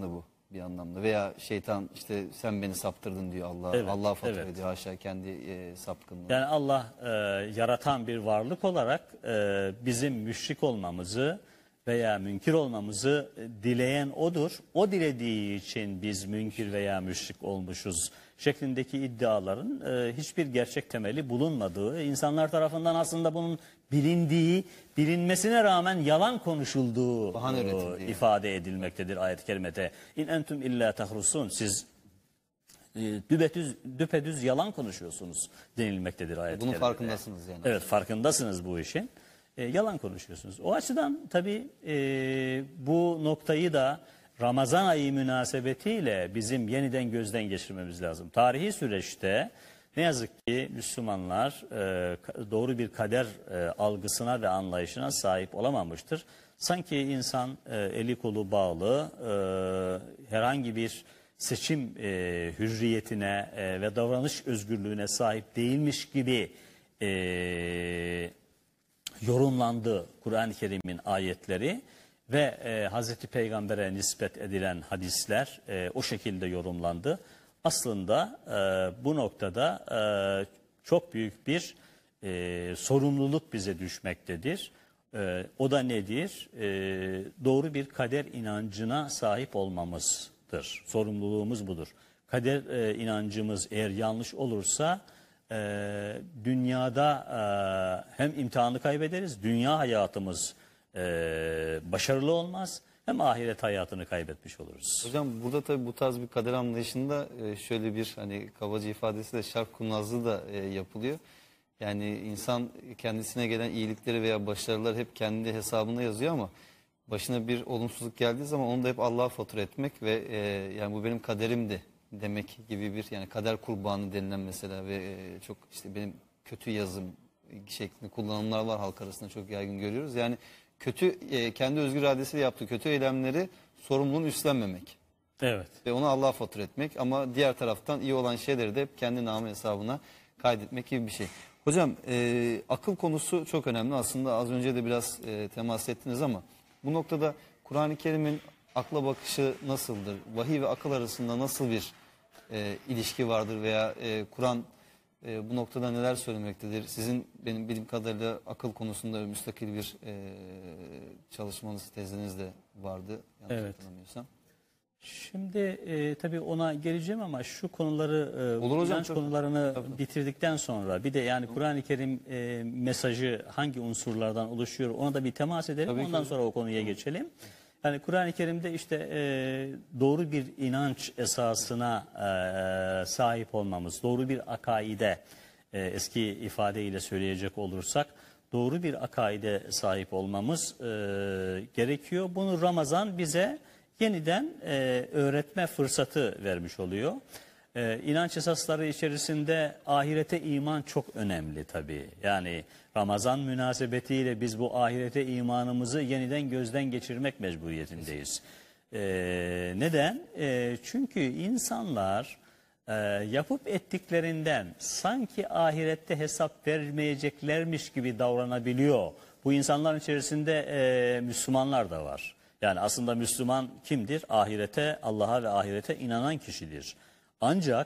B: bir anlamda. Veya şeytan işte sen beni saptırdın diyor Allah.
C: Evet,
B: Allah fatura
C: evet.
B: ediyor haşa kendi e, sapkınlığı.
C: Yani Allah e, yaratan bir varlık olarak e, bizim müşrik olmamızı veya münkir olmamızı e, dileyen odur. O dilediği için biz münkir veya müşrik olmuşuz şeklindeki iddiaların e, hiçbir gerçek temeli bulunmadığı, insanlar tarafından aslında bunun bilindiği, bilinmesine rağmen yalan konuşulduğu
B: Bahane
C: e,
B: üretildiği.
C: ifade edilmektedir ayet-i kerimede. İn entum illa tahrusun, siz e, düpedüz, düpedüz yalan konuşuyorsunuz denilmektedir ayet-i
B: Bunun
C: kerimede.
B: farkındasınız yani.
C: Evet, farkındasınız bu işin. E, yalan konuşuyorsunuz. O açıdan tabii e, bu noktayı da Ramazan ayı münasebetiyle bizim yeniden gözden geçirmemiz lazım. Tarihi süreçte ne yazık ki Müslümanlar e, doğru bir kader e, algısına ve anlayışına sahip olamamıştır. Sanki insan e, eli kolu bağlı, e, herhangi bir seçim e, hürriyetine e, ve davranış özgürlüğüne sahip değilmiş gibi e, yorumlandı Kur'an-ı Kerim'in ayetleri ve e, Hazreti Peygamber'e nispet edilen hadisler e, o şekilde yorumlandı. Aslında e, bu noktada e, çok büyük bir e, sorumluluk bize düşmektedir. E, o da nedir? E, doğru bir kader inancına sahip olmamızdır. Sorumluluğumuz budur. Kader e, inancımız eğer yanlış olursa e, dünyada e, hem imtihanı kaybederiz, dünya hayatımız e, başarılı olmaz, hem ahiret hayatını kaybetmiş oluruz.
B: Hocam burada tabii bu tarz bir kader anlayışında e, şöyle bir hani kabaca ifadesi de şark kurnazlığı da e, yapılıyor. Yani insan kendisine gelen iyilikleri veya başarılar hep kendi hesabına yazıyor ama başına bir olumsuzluk geldiği zaman onu da hep Allah'a fatura etmek ve e, yani bu benim kaderimdi demek gibi bir yani kader kurbanı denilen mesela ve e, çok işte benim kötü yazım şeklinde kullanımlar var halk arasında çok yaygın görüyoruz. Yani kötü e, kendi özgür iradesiyle yaptığı kötü eylemleri sorumluluğunu üstlenmemek.
C: Evet.
B: Ve onu Allah'a fatura etmek ama diğer taraftan iyi olan şeyleri de hep kendi namı hesabına kaydetmek gibi bir şey. Hocam e, akıl konusu çok önemli aslında az önce de biraz e, temas ettiniz ama bu noktada Kur'an-ı Kerim'in akla bakışı nasıldır? Vahiy ve akıl arasında nasıl bir e, ilişki vardır veya e, Kur'an e, bu noktada neler söylemektedir? Sizin benim bildiğim kadarıyla akıl konusunda müstakil bir e, çalışmanız, teziniz de vardı. Yanlış
C: Evet.
B: hatırlamıyorsam.
C: Şimdi e, tabii ona geleceğim ama şu konuları, e,
B: Olur hocam,
C: inanç
B: tabii.
C: konularını
B: Tabii.
C: bitirdikten sonra bir de yani Kur'an-ı Kerim e, mesajı hangi unsurlardan oluşuyor ona da bir temas edelim.
B: Tabii ki
C: Ondan
B: hocam.
C: sonra o konuya geçelim. Yani Kur'an-ı Kerim'de işte e, doğru bir inanç esasına e, sahip olmamız, doğru bir akaide, e, eski ifadeyle söyleyecek olursak, doğru bir akaide sahip olmamız e, gerekiyor. Bunu Ramazan bize yeniden e, öğretme fırsatı vermiş oluyor. E, inanç esasları içerisinde ahirete iman çok önemli tabii. Yani Ramazan münasebetiyle biz bu ahirete imanımızı yeniden gözden geçirmek mecburiyetindeyiz. E, neden? E, çünkü insanlar e, yapıp ettiklerinden sanki ahirette hesap vermeyeceklermiş gibi davranabiliyor. Bu insanların içerisinde e, Müslümanlar da var. Yani aslında Müslüman kimdir? Ahirete, Allah'a ve ahirete inanan kişidir. Ancak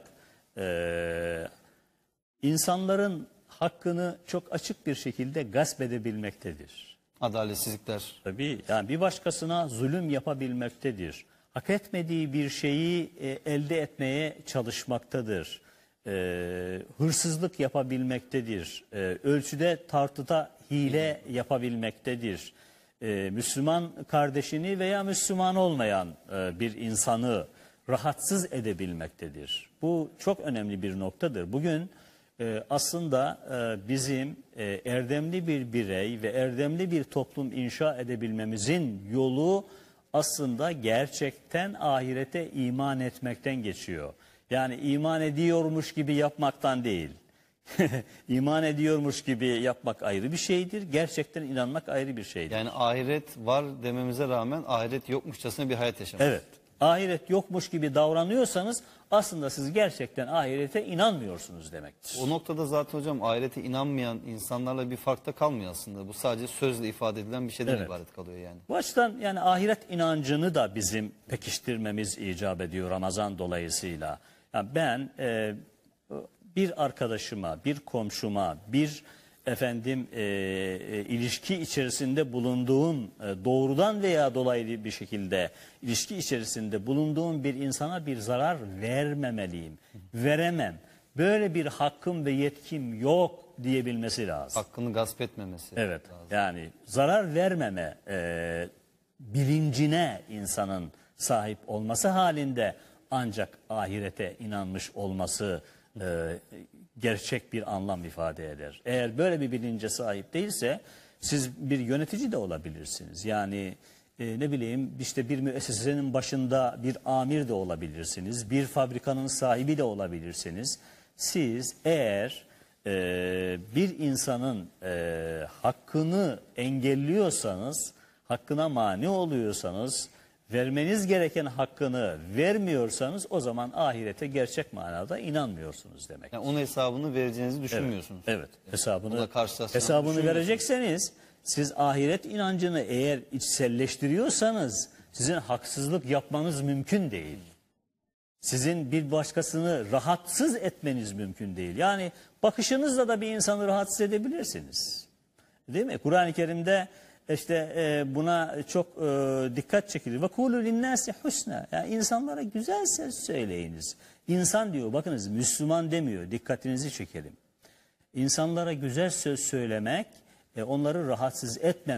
C: e, insanların hakkını çok açık bir şekilde gasp edebilmektedir.
B: Adaletsizlikler.
C: Tabii yani bir başkasına zulüm yapabilmektedir. Hak etmediği bir şeyi e, elde etmeye çalışmaktadır. E, hırsızlık yapabilmektedir. E, ölçüde tartıda hile yapabilmektedir. Ee, Müslüman kardeşini veya Müslüman olmayan e, bir insanı rahatsız edebilmektedir. Bu çok önemli bir noktadır. Bugün e, aslında e, bizim e, erdemli bir birey ve erdemli bir toplum inşa edebilmemizin yolu aslında gerçekten ahirete iman etmekten geçiyor. Yani iman ediyormuş gibi yapmaktan değil. İman ediyormuş gibi yapmak ayrı bir şeydir. Gerçekten inanmak ayrı bir şeydir.
B: Yani ahiret var dememize rağmen ahiret yokmuşçasına bir hayat yaşamak.
C: Evet. ahiret yokmuş gibi davranıyorsanız aslında siz gerçekten ahirete inanmıyorsunuz demektir.
B: O noktada zaten hocam ahirete inanmayan insanlarla bir farkta kalmıyor aslında. Bu sadece sözle ifade edilen bir şeyden
C: Evet.
B: ibaret kalıyor yani.
C: Bu açıdan yani ahiret inancını da bizim pekiştirmemiz icap ediyor Ramazan dolayısıyla. Yani ben e, bir arkadaşıma, bir komşuma, bir efendim e, e, ilişki içerisinde bulunduğum e, doğrudan veya dolaylı bir şekilde ilişki içerisinde bulunduğum bir insana bir zarar vermemeliyim. Veremem. Böyle bir hakkım ve yetkim yok diyebilmesi lazım.
B: Hakkını gasp etmemesi
C: Evet.
B: lazım.
C: Yani zarar vermeme e, bilincine insanın sahip olması halinde ancak ahirete inanmış olması e, gerçek bir anlam ifade eder. Eğer böyle bir bilince sahip değilse siz bir yönetici de olabilirsiniz. Yani e, ne bileyim işte bir müessesenin başında bir amir de olabilirsiniz. Bir fabrikanın sahibi de olabilirsiniz. Siz eğer e, bir insanın e, hakkını engelliyorsanız, hakkına mani oluyorsanız, vermeniz gereken hakkını vermiyorsanız o zaman ahirete gerçek manada inanmıyorsunuz demek.
B: Yani onun hesabını vereceğinizi düşünmüyorsunuz.
C: Evet, hesabını
B: Buna karşılaştığını
C: hesabını
B: düşünmüyorsunuz.
C: verecekseniz siz ahiret inancını eğer içselleştiriyorsanız sizin haksızlık yapmanız mümkün değil. Sizin bir başkasını rahatsız etmeniz mümkün değil. Yani bakışınızla da bir insanı rahatsız edebilirsiniz. Değil mi? Kur'an-ı Kerim'de işte e, buna çok e, dikkat çekilir. Ve kulu linnâsi husna. Yani insanlara güzel söz söyleyiniz. İnsan diyor, bakınız Müslüman demiyor. Dikkatinizi çekelim. İnsanlara güzel söz söylemek, e, onları rahatsız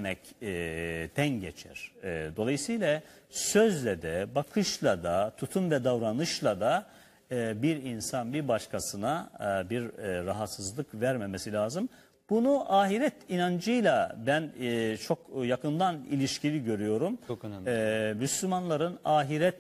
C: etmemekten geçer. E, dolayısıyla sözle de, bakışla da, tutum ve davranışla da e, bir insan bir başkasına e, bir e, rahatsızlık vermemesi lazım. Bunu ahiret inancıyla ben e, çok yakından ilişkili görüyorum.
B: Çok önemli.
C: E, Müslümanların ahiret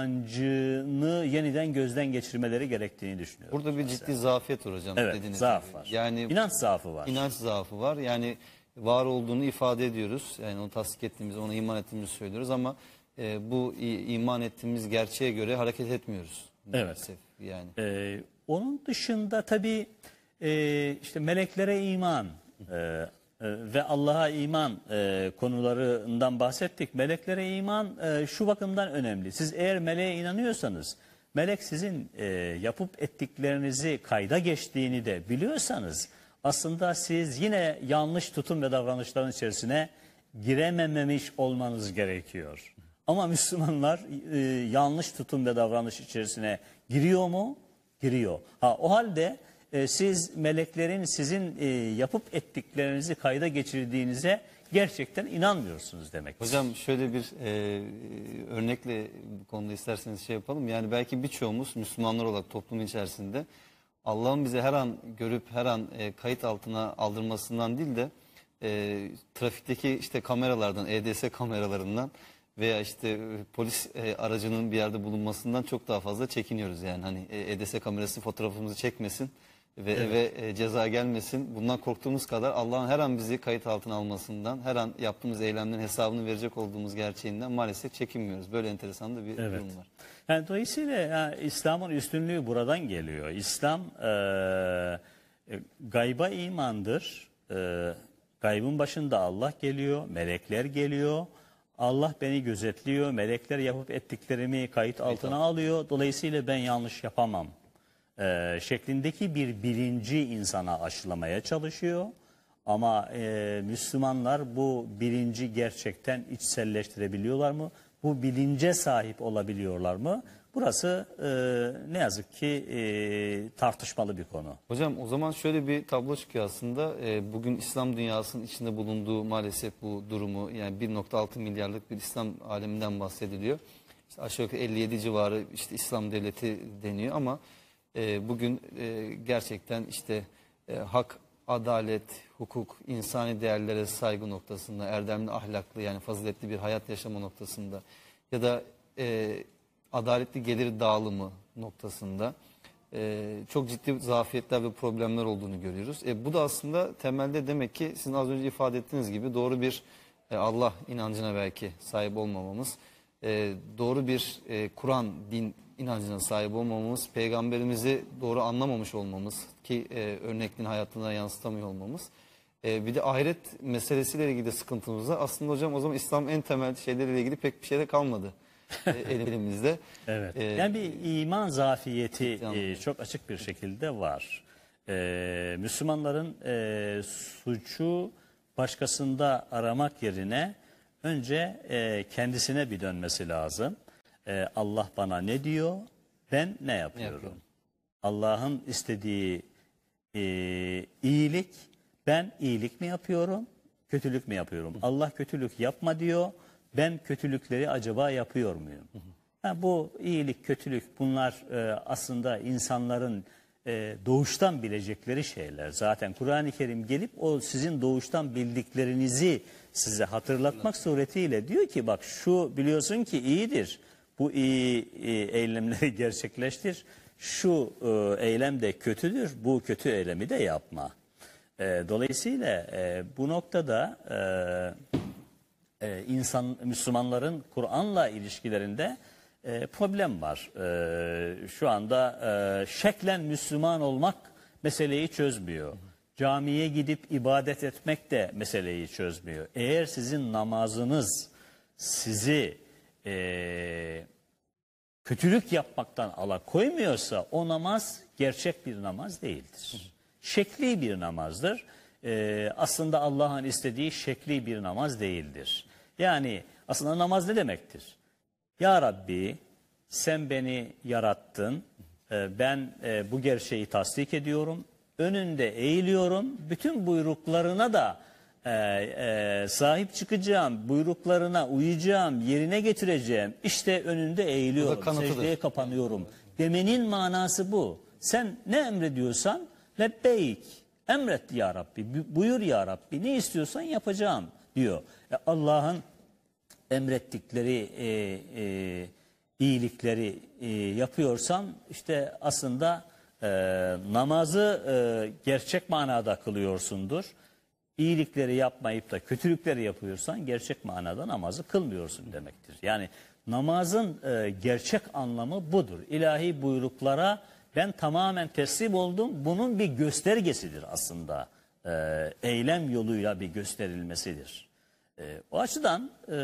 C: inancını yeniden gözden geçirmeleri gerektiğini düşünüyorum.
B: Burada bir ciddi zafiyet var hocam.
C: Evet,
B: dediğiniz
C: zaaf
B: gibi.
C: var.
B: Yani
C: İnanç zaafı var.
B: İnanç zaafı var. Yani var olduğunu ifade ediyoruz. Yani onu tasdik ettiğimizi, ona iman ettiğimizi söylüyoruz ama e, bu i- iman ettiğimiz gerçeğe göre hareket etmiyoruz.
C: Evet.
B: Maalesef yani.
C: Ee, onun dışında tabii e, işte meleklere iman e, e, ve Allah'a iman e, konularından bahsettik. Meleklere iman e, şu bakımdan önemli. Siz eğer meleğe inanıyorsanız, melek sizin e, yapıp ettiklerinizi kayda geçtiğini de biliyorsanız aslında siz yine yanlış tutum ve davranışların içerisine giremememiş olmanız gerekiyor. Ama Müslümanlar e, yanlış tutum ve davranış içerisine giriyor mu? Giriyor. Ha, o halde e, siz meleklerin sizin e, yapıp ettiklerinizi kayda geçirdiğinize gerçekten inanmıyorsunuz demek.
B: Hocam şöyle bir e, örnekle bu konuda isterseniz şey yapalım. Yani belki birçoğumuz Müslümanlar olarak toplumun içerisinde Allah'ın bize her an görüp her an e, kayıt altına aldırmasından değil de e, trafikteki işte kameralardan, E D S kameralarından veya işte e, polis e, aracının bir yerde bulunmasından çok daha fazla çekiniyoruz. Yani hani e, E D S kamerası fotoğrafımızı çekmesin ve eve e, ceza gelmesin. Bundan korktuğumuz kadar Allah'ın her an bizi kayıt altına almasından, her an yaptığımız eylemlerin hesabını verecek olduğumuz gerçeğinden maalesef çekinmiyoruz. Böyle enteresan da bir
C: Evet.
B: durum var.
C: Yani dolayısıyla yani İslam'ın üstünlüğü buradan geliyor. İslam e, e, gayba imandır. E, gaybın başında Allah geliyor, melekler geliyor. Allah beni gözetliyor, melekler yapıp ettiklerimi kayıt altına alıyor. Dolayısıyla ben yanlış yapamam e, şeklindeki bir bilinci insana aşılamaya çalışıyor. Ama e, Müslümanlar bu bilinci gerçekten içselleştirebiliyorlar mı? Bu bilince sahip olabiliyorlar mı? Burası e, ne yazık ki e, tartışmalı bir konu.
B: Hocam o zaman şöyle bir tablo çıkıyor aslında. Ee, bugün İslam dünyasının içinde bulunduğu maalesef bu durumu, yani bir nokta altı milyarlık bir İslam aleminden bahsediliyor. İşte aşağı yukarı elli yedi civarı işte İslam devleti deniyor ama e, bugün e, gerçekten işte e, hak, adalet, hukuk, insani değerlere saygı noktasında, erdemli, ahlaklı yani faziletli bir hayat yaşama noktasında ya da e, adaletli gelir dağılımı noktasında e, çok ciddi zafiyetler ve problemler olduğunu görüyoruz. E, bu da aslında temelde demek ki sizin az önce ifade ettiğiniz gibi doğru bir e, Allah inancına belki sahip olmamamız, e, doğru bir e, Kur'an din inancına sahip olmamamız, peygamberimizi doğru anlamamış olmamız ki e, örnekliğini hayatına yansıtamıyor olmamız. E, bir de ahiret meselesiyle ilgili sıkıntımızda aslında hocam o zaman İslam en temel şeyleriyle ilgili pek bir şey de kalmadı e, elimizde.
C: Evet.
B: E,
C: Yani bir iman zafiyeti
B: Tamam.
C: e, çok açık bir şekilde var. E, Müslümanların e, suçu başkasında aramak yerine önce e, kendisine bir dönmesi lazım. E, Allah bana ne diyor, ben ne yapıyorum?
B: yapıyorum?
C: Allah'ın istediği e, iyilik, ben iyilik mi yapıyorum, kötülük mü yapıyorum? Allah kötülük yapma diyor, ben kötülükleri acaba yapıyor muyum? Ha, bu iyilik, kötülük bunlar e, aslında insanların e, doğuştan bilecekleri şeyler. Zaten Kur'an-ı Kerim gelip o sizin doğuştan bildiklerinizi size hatırlatmak suretiyle diyor ki bak şu biliyorsun ki iyidir. Bu iyi e, eylemleri gerçekleştir. Şu e, eylem de kötüdür. Bu kötü eylemi de yapma. E, dolayısıyla e, bu noktada e, e, insan Müslümanların Kur'an'la ilişkilerinde e, problem var. E, şu anda e, şeklen Müslüman olmak meseleyi çözmüyor. Camiye gidip ibadet etmek de meseleyi çözmüyor. Eğer sizin namazınız sizi e, kötülük yapmaktan alakoymuyorsa o namaz gerçek bir namaz değildir. Şekli bir namazdır. E, aslında Allah'ın istediği şekli bir namaz değildir. Yani aslında namaz ne demektir? Ya Rabbi sen beni yarattın, e, ben e, bu gerçeği tasdik ediyorum, önünde eğiliyorum, bütün buyruklarına da e, e, sahip çıkacağım, buyruklarına uyacağım, yerine getireceğim, işte önünde eğiliyorum, secdeye kapanıyorum demenin manası bu. Sen ne emrediyorsan lebbeyk, emret ya Rabbi, buyur ya Rabbi, ne istiyorsan yapacağım diyor. E, Allah'ın emrettikleri e, e, iyilikleri e, yapıyorsan işte aslında e, namazı e, gerçek manada kılıyorsundur. İyilikleri yapmayıp da kötülükleri yapıyorsan gerçek manada namazı kılmıyorsun demektir. Yani namazın e, gerçek anlamı budur. İlahi buyruklara ben tamamen teslim oldum. Bunun bir göstergesidir aslında. E, eylem yoluyla bir gösterilmesidir. E, o açıdan e,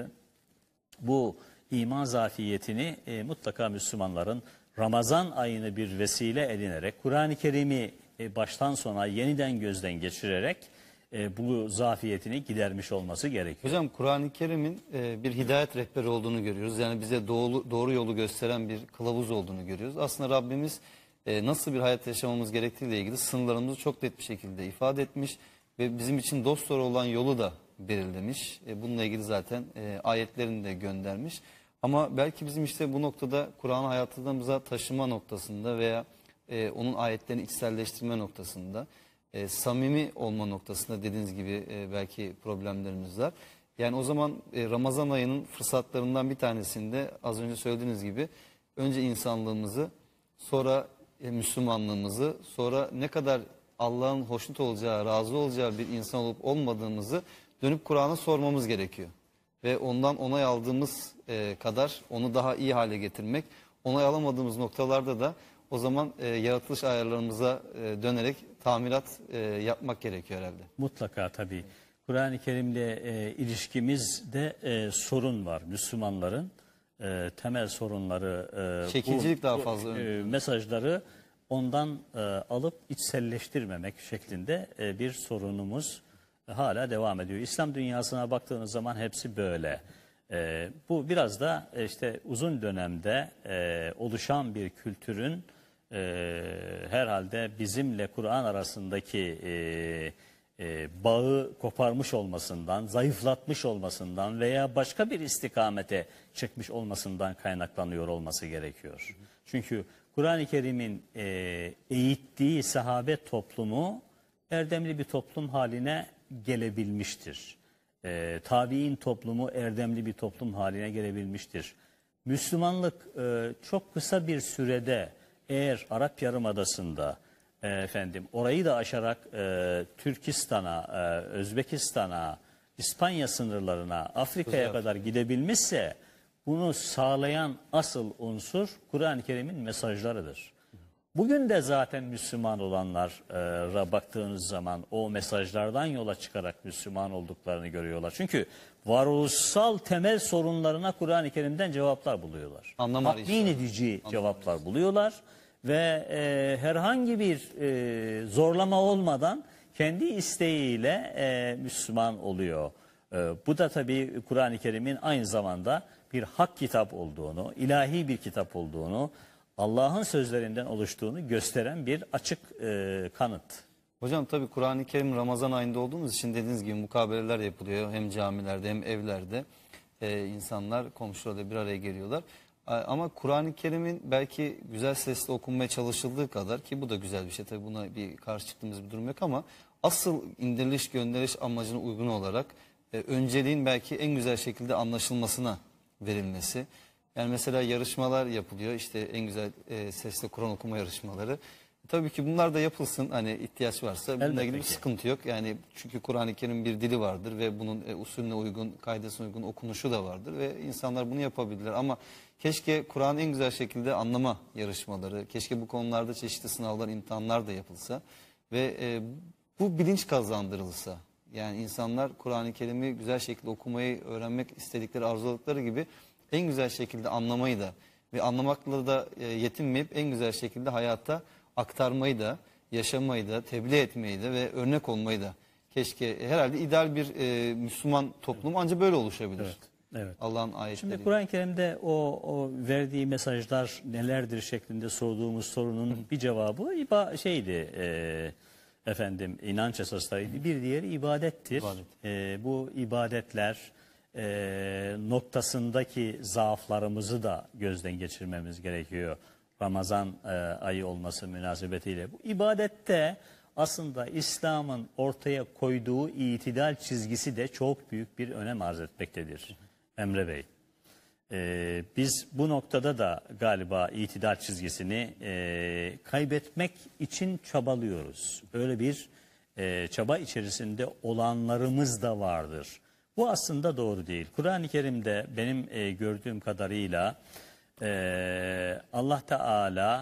C: bu iman zafiyetini e, mutlaka Müslümanların Ramazan ayını bir vesile edinerek, Kur'an-ı Kerim'i e, baştan sona yeniden gözden geçirerek e, bu zafiyetini gidermiş olması gerekiyor.
B: Hocam Kur'an-ı Kerim'in e, bir hidayet rehberi olduğunu görüyoruz. Yani bize doğru, doğru yolu gösteren bir kılavuz olduğunu görüyoruz. Aslında Rabbimiz e, nasıl bir hayat yaşamamız gerektiğiyle ilgili sınırlarımızı çok net bir şekilde ifade etmiş ve bizim için dosdoğru olan yolu da belirlemiş. E, bununla ilgili zaten e, ayetlerini de göndermiş. Ama belki bizim işte bu noktada Kur'an'ı hayatımıza taşıma noktasında veya e, onun ayetlerini içselleştirme noktasında, e, samimi olma noktasında dediğiniz gibi e, belki problemlerimiz var. Yani o zaman e, Ramazan ayının fırsatlarından bir tanesinde az önce söylediğiniz gibi önce insanlığımızı, sonra e, Müslümanlığımızı, sonra ne kadar Allah'ın hoşnut olacağı, razı olacağı bir insan olup olmadığımızı dönüp Kur'an'a sormamız gerekiyor. Ve ondan onay aldığımız e, kadar onu daha iyi hale getirmek, onay alamadığımız noktalarda da o zaman e, yaratılış ayarlarımıza e, dönerek tamirat e, yapmak gerekiyor herhalde.
C: Mutlaka tabii. Kur'an-ı Kerim'le e, ilişkimizde e, sorun var. Müslümanların e, temel sorunları, e,
B: Şekilcilik
C: bu,
B: daha
C: bu,
B: fazla.
C: E, mesajları ondan e, alıp içselleştirmemek şeklinde e, bir sorunumuz hala devam ediyor. İslam dünyasına baktığınız zaman hepsi böyle. E, bu biraz da e, işte uzun dönemde e, oluşan bir kültürün e, herhalde bizimle Kur'an arasındaki e, e, bağı koparmış olmasından, zayıflatmış olmasından veya başka bir istikamete çekmiş olmasından kaynaklanıyor olması gerekiyor. Çünkü Kur'an-ı Kerim'in e, eğittiği sahabe toplumu erdemli bir toplum haline gelebilmiştir. E, tabi'in toplumu erdemli bir toplum haline gelebilmiştir. Müslümanlık e, çok kısa bir sürede eğer Arap Yarımadası'nda e, efendim orayı da aşarak e, Türkistan'a, e, Özbekistan'a, İspanya sınırlarına, Afrika'ya kadar gidebilmişse bunu sağlayan asıl unsur Kur'an-ı Kerim'in mesajlarıdır. Bugün de zaten Müslüman olanlara baktığınız zaman o mesajlardan yola çıkarak Müslüman olduklarını görüyorlar. Çünkü varoluşsal temel sorunlarına Kur'an-ı Kerim'den cevaplar buluyorlar.
B: Anlam arayışı.
C: Tatmin edici cevaplar buluyorlar ve e, herhangi bir e, zorlama olmadan kendi isteğiyle e, Müslüman oluyor. E, bu da tabii Kur'an-ı Kerim'in aynı zamanda bir hak kitap olduğunu, ilahi bir kitap olduğunu, Allah'ın sözlerinden oluştuğunu gösteren bir açık e, kanıt.
B: Hocam tabii Kur'an-ı Kerim Ramazan ayında olduğumuz için dediğiniz gibi mukabeleler yapılıyor. Hem camilerde hem evlerde e, insanlar komşularla bir araya geliyorlar. A- Ama Kur'an-ı Kerim'in belki güzel sesle okunmaya çalışıldığı kadar, ki bu da güzel bir şey tabii, buna bir karşı çıktığımız bir durum yok, ama asıl indiriliş gönderiş amacına uygun olarak e, önceliğin belki en güzel şekilde anlaşılmasına verilmesi. Yani mesela yarışmalar yapılıyor, işte en güzel e, sesle Kur'an okuma yarışmaları. Tabii ki bunlar da yapılsın, hani ihtiyaç varsa. Bununla
C: Elbette
B: ilgili bir
C: ki.
B: sıkıntı yok. Yani çünkü Kur'an-ı Kerim bir dili vardır ve bunun e, usulüne uygun, kaidesine uygun okunuşu da vardır ve insanlar bunu yapabilirler. Ama keşke Kur'an'ı en güzel şekilde anlama yarışmaları, keşke bu konularda çeşitli sınavlar, imtihanlar da yapılsa ve e, bu bilinç kazandırılsa. Yani insanlar Kur'an-ı Kerim'i güzel şekilde okumayı öğrenmek istedikleri, arzuladıkları gibi en güzel şekilde anlamayı da ve anlamakla da e, yetinmeyip en güzel şekilde hayata aktarmayı da, yaşamayı da, tebliğ etmeyi de ve örnek olmayı da keşke, herhalde ideal bir e, Müslüman toplum ancak böyle oluşabilir.
C: Evet, evet.
B: Allah'ın ayetleri.
C: Şimdi Kur'an-ı Kerim'de o, o verdiği mesajlar nelerdir şeklinde sorduğumuz sorunun bir cevabı iba şeydi, e, efendim inanç esaslarıydı. Bir diğeri ibadettir.
B: İbadet.
C: E, bu ibadetler e, noktasındaki zaaflarımızı da gözden geçirmemiz gerekiyor. Ramazan e, ayı olması münasebetiyle. Bu ibadette aslında İslam'ın ortaya koyduğu itidal çizgisi de çok büyük bir önem arz etmektedir Emre Bey. E, biz bu noktada da galiba itidal çizgisini e, kaybetmek için çabalıyoruz. Öyle bir e, çaba içerisinde olanlarımız da vardır. Bu aslında doğru değil. Kur'an-ı Kerim'de benim e, gördüğüm kadarıyla Ee, Allah Teala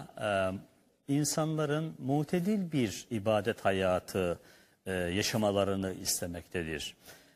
C: e, insanların mutedil bir ibadet hayatı e, yaşamalarını istemektedir.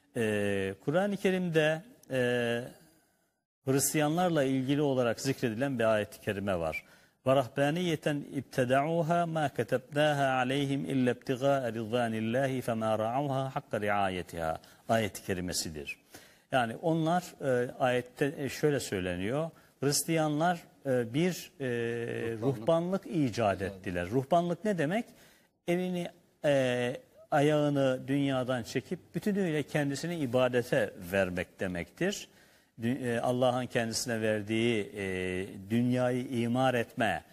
C: Ee, Kur'an-ı Kerim'de e, Hristiyanlarla ilgili olarak zikredilen bir ayet-i kerime var. وَرَهْبَانِيَّةً اِبْتَدَعُوهَا مَا كَتَبْنَاهَا عَلَيْهِمْ اِلَّا ابْتِغَاءَ رِضْوَانِ اللّٰهِ فَمَا رَعَوْهَا حَقَّ رِعَايَتِهَا ayet-i kerimesidir. Yani onlar e, ayette e, şöyle söyleniyor. Hristiyanlar e, bir e, ruhbanlık icat ettiler. Ruhbanlık ne demek? Elini, e, ayağını dünyadan çekip bütünüyle kendisini ibadete vermek demektir. Dü- e, Allah'ın kendisine verdiği e, dünyayı imar etme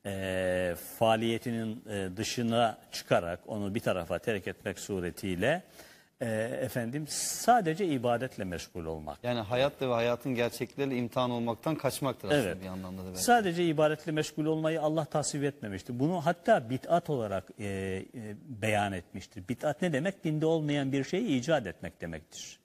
C: e, faaliyetinin e, dışına çıkarak onu bir tarafa terk etmek suretiyle e, efendim sadece ibadetle meşgul olmak.
B: Yani hayatla ve hayatın gerçekleriyle imtihan olmaktan kaçmaktır aslında
C: Evet.
B: bir anlamda da belki.
C: Sadece ibadetle meşgul olmayı Allah tasvip etmemiştir. Bunu hatta bid'at olarak e, e, beyan etmiştir. Bid'at ne demek? Dinde olmayan bir şeyi icat etmek demektir.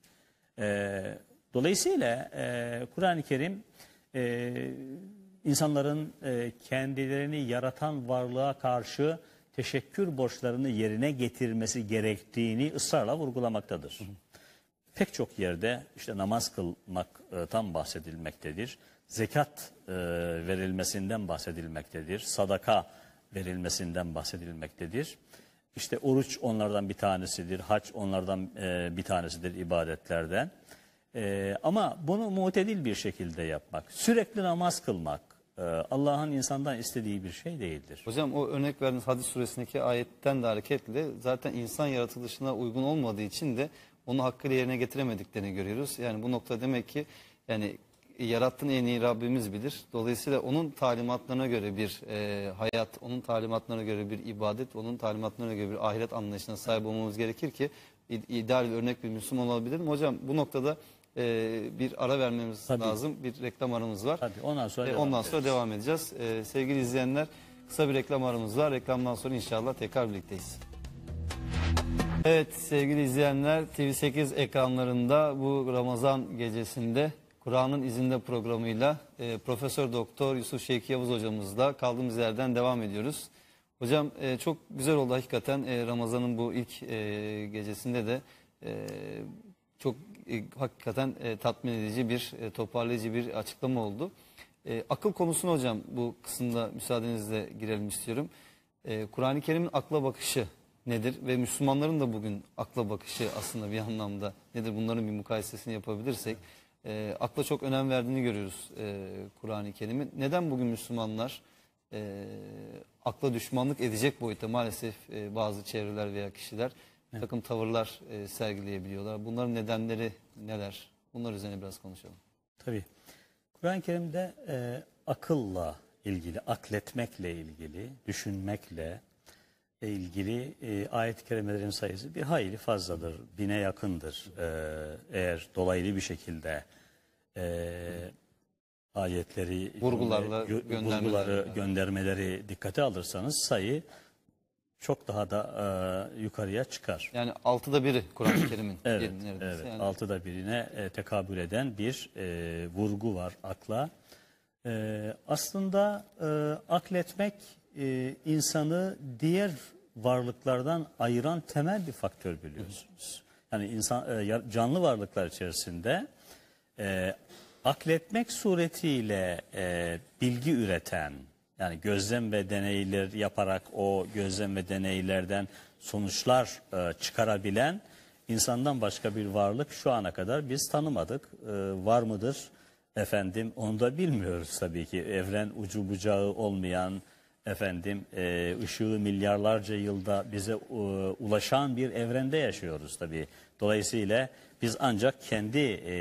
C: E, dolayısıyla e, Kur'an-ı Kerim e, insanların e, kendilerini yaratan varlığa karşı teşekkür borçlarını yerine getirmesi gerektiğini ısrarla vurgulamaktadır. Hı hı. Pek çok yerde işte namaz kılmaktan bahsedilmektedir. Zekat e, verilmesinden bahsedilmektedir. Sadaka verilmesinden bahsedilmektedir. İşte oruç onlardan bir tanesidir. Hac onlardan e, bir tanesidir ibadetlerden. E, ama bunu mutedil bir şekilde yapmak, sürekli namaz kılmak e, Allah'ın insandan istediği bir şey değildir.
B: Hocam o örnek verdiğiniz Hadis suresindeki ayetten de hareketle zaten insan yaratılışına uygun olmadığı için de onu hakkıyla yerine getiremediklerini görüyoruz. Yani bu nokta demek ki yani yarattığını en iyi Rabbimiz bilir. Dolayısıyla onun talimatlarına göre bir e, hayat, onun talimatlarına göre bir ibadet, onun talimatlarına göre bir ahiret anlayışına sahip olmamız gerekir ki ideal bir örnek bir Müslüman olabilir mi? Hocam bu noktada e, bir ara vermemiz
C: Tabii.
B: lazım. Bir reklam aramız var.
C: Tabii, ondan sonra
B: e,
C: devam
B: ondan
C: ederiz.
B: sonra devam edeceğiz. E, sevgili izleyenler, kısa bir reklam aramız var. Reklamdan sonra inşallah tekrar birlikteyiz. Evet sevgili izleyenler, T V sekiz ekranlarında bu Ramazan gecesinde Kur'an'ın izinde programıyla e, Profesör Doktor Yusuf Şevki Yavuz hocamızla kaldığımız yerden devam ediyoruz. Hocam e, çok güzel oldu hakikaten e, Ramazan'ın bu ilk e, gecesinde de e, çok e, hakikaten e, tatmin edici bir e, toparlayıcı bir açıklama oldu. E, akıl konusuna hocam bu kısımda müsaadenizle girelim istiyorum. E, Kur'an-ı Kerim'in akla bakışı nedir ve Müslümanların da bugün akla bakışı aslında bir anlamda nedir? Bunların bir mukayesesini yapabilirsek e, akla çok önem verdiğini görüyoruz e, Kur'an-ı Kerim'in. Neden bugün Müslümanlar e, akla düşmanlık edecek boyutta maalesef e, bazı çevreler veya kişiler evet. takım tavırlar e, sergileyebiliyorlar? Bunların nedenleri neler? Bunlar üzerine biraz konuşalım.
C: Tabii. Kur'an-ı Kerim'de e, akılla ilgili, akletmekle ilgili, düşünmekle ilgili e, ayet-i kerimelerin sayısı bir hayli fazladır, bine yakındır. E, eğer dolaylı bir şekilde e, ayetleri,
B: vurgularla
C: gö
B: göndermeleri,
C: vurguları, göndermeleri dikkate alırsanız sayı çok daha da e, yukarıya çıkar.
B: Yani altıda biri Kur'an-ı Kerim'in.
C: Evet,
B: neredeyse.
C: evet.
B: Yani...
C: altıda birine e, tekabül eden bir e, vurgu var akla. E, aslında e, akletmek e, insanı diğer varlıklardan ayıran temel bir faktör biliyorsunuz. Yani insan e, canlı varlıklar içerisinde e, akletmek suretiyle e, bilgi üreten, yani gözlem ve deneyler yaparak o gözlem ve deneylerden sonuçlar e, çıkarabilen insandan başka bir varlık şu ana kadar biz tanımadık. E, var mıdır? Efendim onu da bilmiyoruz tabii ki. Evren ucu bucağı olmayan, efendim e, ışığı milyarlarca yılda bize e, ulaşan bir evrende yaşıyoruz tabii. Dolayısıyla biz ancak kendi e,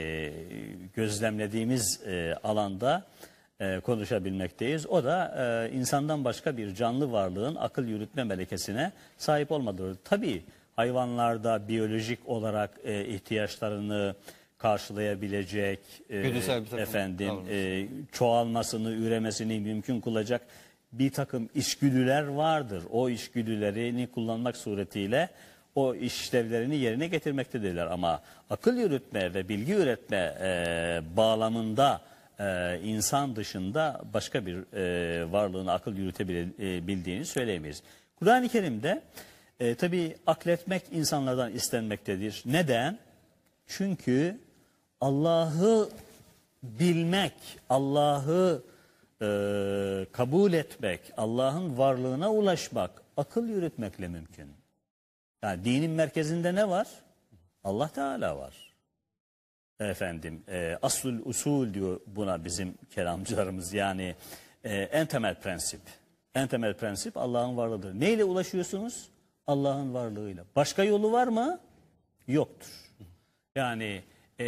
C: gözlemlediğimiz e, alanda e, konuşabilmekteyiz. O da e, insandan başka bir canlı varlığın akıl yürütme melekesine sahip olmadığı. Tabii hayvanlarda biyolojik olarak e, ihtiyaçlarını karşılayabilecek, e, efendim e, çoğalmasını, üremesini mümkün kılacak bir takım içgüdüler vardır. O içgüdülerini kullanmak suretiyle o işlevlerini yerine getirmektedirler. Ama akıl yürütme ve bilgi üretme e, bağlamında e, insan dışında başka bir e, varlığın akıl yürütebildiğini söyleyemeyiz. Kur'an-ı Kerim'de e, tabii akletmek insanlardan istenmektedir. Neden? Çünkü Allah'ı bilmek, Allah'ı e, kabul etmek, Allah'ın varlığına ulaşmak, akıl yürütmekle mümkün. Yani dinin merkezinde ne var? Allah Teala var. Efendim, e, aslul usul diyor buna bizim kelamcılarımız. Yani e, en temel prensip. En temel prensip Allah'ın varlığıdır. Neyle ulaşıyorsunuz? Allah'ın varlığıyla. Başka yolu var mı? Yoktur. Yani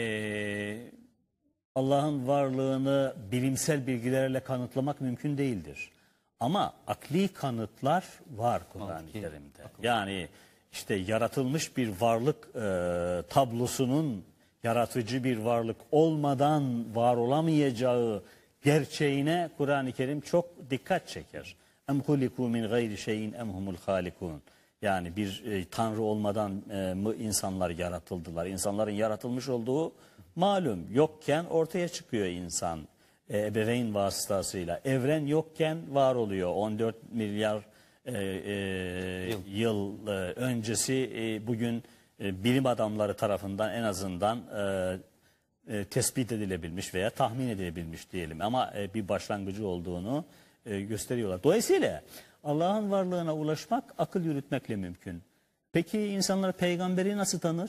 C: e, Allah'ın varlığını bilimsel bilgilerle kanıtlamak mümkün değildir. Ama akli kanıtlar var Kur'an-ı Kerim'de. Yani işte yaratılmış bir varlık e, tablosunun yaratıcı bir varlık olmadan var olamayacağı gerçeğine Kur'an-ı Kerim çok dikkat çeker. Em huliku min gayri şeyin em humul halikun. Yani bir e, tanrı olmadan e, mı insanlar yaratıldılar? İnsanların yaratılmış olduğu malum. Yokken ortaya çıkıyor insan e, ebeveyn vasıtasıyla. Evren yokken var oluyor. on dört milyar e, e, yıl, yıl e, öncesi e, bugün e, bilim adamları tarafından en azından e, e, tespit edilebilmiş veya tahmin edilebilmiş diyelim. Ama e, bir başlangıcı olduğunu e, gösteriyorlar. Dolayısıyla Allah'ın varlığına ulaşmak akıl yürütmekle mümkün. Peki insanlar peygamberi nasıl tanır?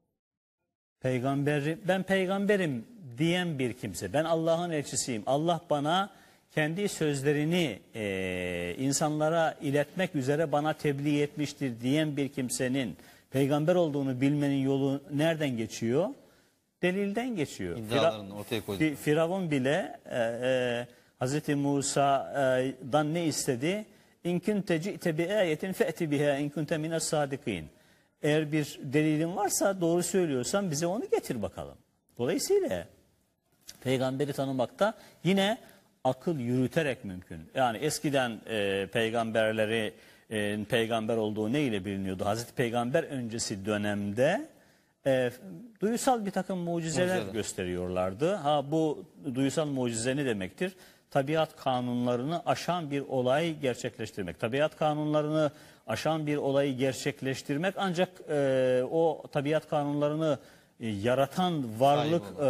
C: Peygamberi, ben peygamberim diyen bir kimse, ben Allah'ın elçisiyim, Allah bana kendi sözlerini e, insanlara iletmek üzere bana tebliğ etmiştir diyen bir kimsenin peygamber olduğunu bilmenin yolu nereden geçiyor? Delilden geçiyor.
B: İddialarını ortaya koydu.
C: Firavun bile e, e, Hazreti Musa'dan ne istedi? İn kunte ci'te bi ayetin fe'ti biha in kunte mine's sadikin. Eğer bir delilin varsa, doğru söylüyorsan bize onu getir bakalım. Dolayısıyla peygamberi tanımakta yine akıl yürüterek mümkün. Yani eskiden e, peygamberleri e, peygamber olduğu ne ile biliniyordu? Hazreti Peygamber öncesi dönemde e, duysal bir takım mucizeler
B: Mucizeler.
C: gösteriyorlardı. Ha bu duysal mucize ne demektir? Tabiat kanunlarını aşan bir olay gerçekleştirmek. Tabiat kanunlarını aşan bir olayı gerçekleştirmek ancak e, o tabiat kanunlarını e, yaratan varlık e,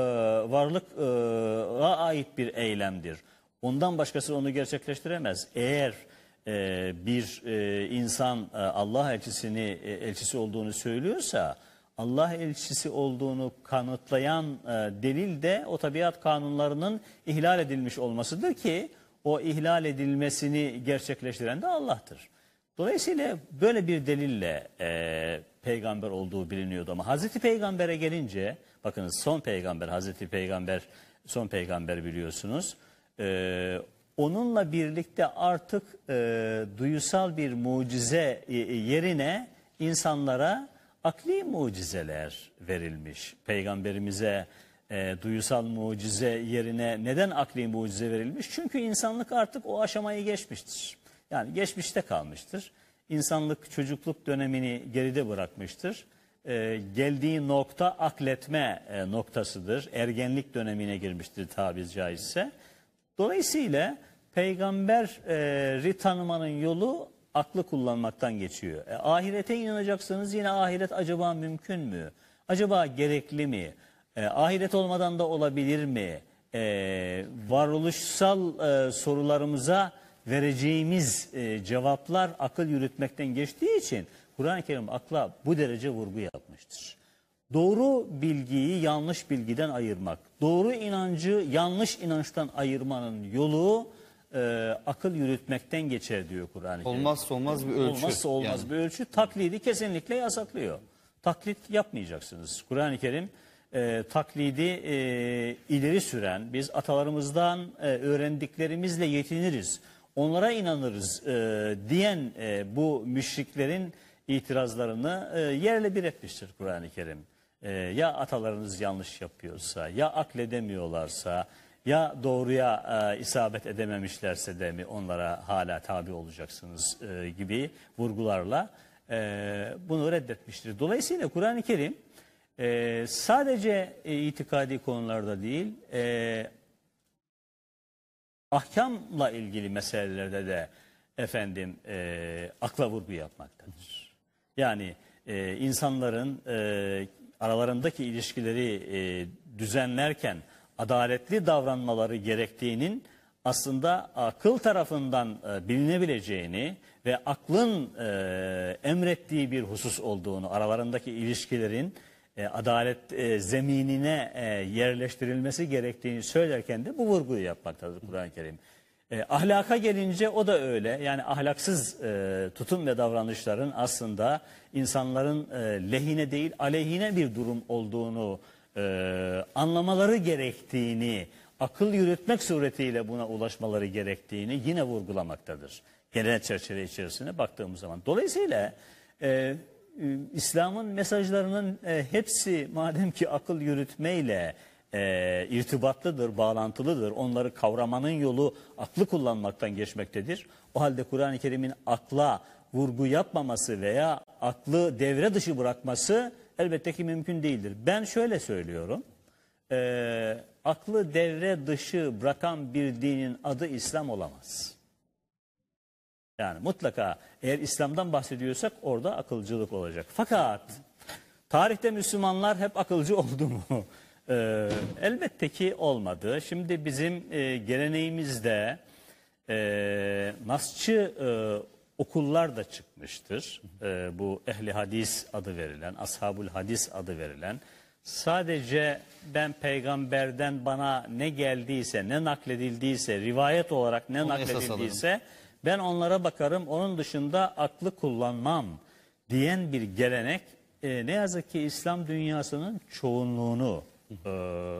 C: varlığa ait bir eylemdir. Ondan başkası onu gerçekleştiremez. Eğer e, bir e, insan e, Allah elçisini e, elçisi olduğunu söylüyorsa, Allah elçisi olduğunu kanıtlayan e, delil de o tabiat kanunlarının ihlal edilmiş olmasıdır ki o ihlal edilmesini gerçekleştiren de Allah'tır. Dolayısıyla böyle bir delille e, peygamber olduğu biliniyordu ama Hazreti Peygamber'e gelince, bakınız son peygamber, Hazreti Peygamber son peygamber biliyorsunuz. E, onunla birlikte artık e, duysal bir mucize e, yerine insanlara akli mucizeler verilmiş. Peygamberimize e, duysal mucize yerine neden akli mucize verilmiş? Çünkü insanlık artık o aşamayı geçmiştir. Yani geçmişte kalmıştır. İnsanlık çocukluk dönemini geride bırakmıştır. E, geldiği nokta akletme e, noktasıdır. Ergenlik dönemine girmiştir tabiri caizse. Dolayısıyla peygamberi tanımanın yolu aklı kullanmaktan geçiyor. E, ahirete inanacaksınız, yine ahiret acaba mümkün mü? Acaba gerekli mi? E, ahiret olmadan da olabilir mi? E, varoluşsal e, sorularımıza vereceğimiz e, cevaplar akıl yürütmekten geçtiği için Kur'an-ı Kerim akla bu derece vurgu yapmıştır. Doğru bilgiyi yanlış bilgiden ayırmak, doğru inancı yanlış inançtan ayırmanın yolu e, akıl yürütmekten geçer diyor Kur'an-ı Kerim.
B: Olmazsa olmaz bir ölçü.
C: Olmazsa olmaz
B: yani.
C: bir ölçü. Taklidi kesinlikle yasaklıyor. Taklit yapmayacaksınız. Kur'an-ı Kerim e, taklidi e, ileri süren, biz atalarımızdan e, öğrendiklerimizle yetiniriz, onlara inanırız e, diyen e, bu müşriklerin itirazlarını e, yerle bir etmiştir Kur'an-ı Kerim. E, ya atalarınız yanlış yapıyorsa, ya akledemiyorlarsa, ya doğruya e, isabet edememişlerse de mi onlara hala tabi olacaksınız e, gibi vurgularla e, bunu reddetmiştir. Dolayısıyla Kur'an-ı Kerim e, sadece e, itikadi konularda değil, e, ahkamla ilgili meselelerde de efendim e, akla vurgu yapmaktadır. Yani e, insanların e, aralarındaki ilişkileri e, düzenlerken adaletli davranmaları gerektiğinin aslında akıl tarafından e, bilinebileceğini ve aklın e, emrettiği bir husus olduğunu, aralarındaki ilişkilerin e, adalet e, zeminine e, yerleştirilmesi gerektiğini söylerken de bu vurguyu yapmaktadır Kur'an-ı Kerim. E, ahlaka gelince o da öyle. Yani ahlaksız e, tutum ve davranışların aslında insanların e, lehine değil aleyhine bir durum olduğunu e, anlamaları gerektiğini, akıl yürütmek suretiyle buna ulaşmaları gerektiğini yine vurgulamaktadır. Genel çerçeve içerisine baktığımız zaman. Dolayısıyla e, e, İslam'ın mesajlarının e, hepsi madem ki akıl yürütmeyle e, irtibatlıdır, bağlantılıdır, onları kavramanın yolu aklı kullanmaktan geçmektedir. O halde Kur'an-ı Kerim'in akla vurgu yapmaması veya aklı devre dışı bırakması elbette ki mümkün değildir. Ben şöyle söylüyorum, e, aklı devre dışı bırakan bir dinin adı İslam olamaz. Yani mutlaka eğer İslam'dan bahsediyorsak orada akılcılık olacak. Fakat tarihte Müslümanlar hep akılcı oldu mu? Ee, elbette ki olmadı. Şimdi bizim e, geleneğimizde e, Nasçı e, okullar da çıkmıştır. E, bu ehli hadis adı verilen, ashabul hadis adı verilen. Sadece ben peygamberden bana ne geldiyse, ne nakledildiyse, rivayet olarak ne
B: Onu
C: nakledildiyse ben onlara bakarım, onun dışında aklı kullanmam diyen bir gelenek e, ne yazık ki İslam dünyasının çoğunluğunu e,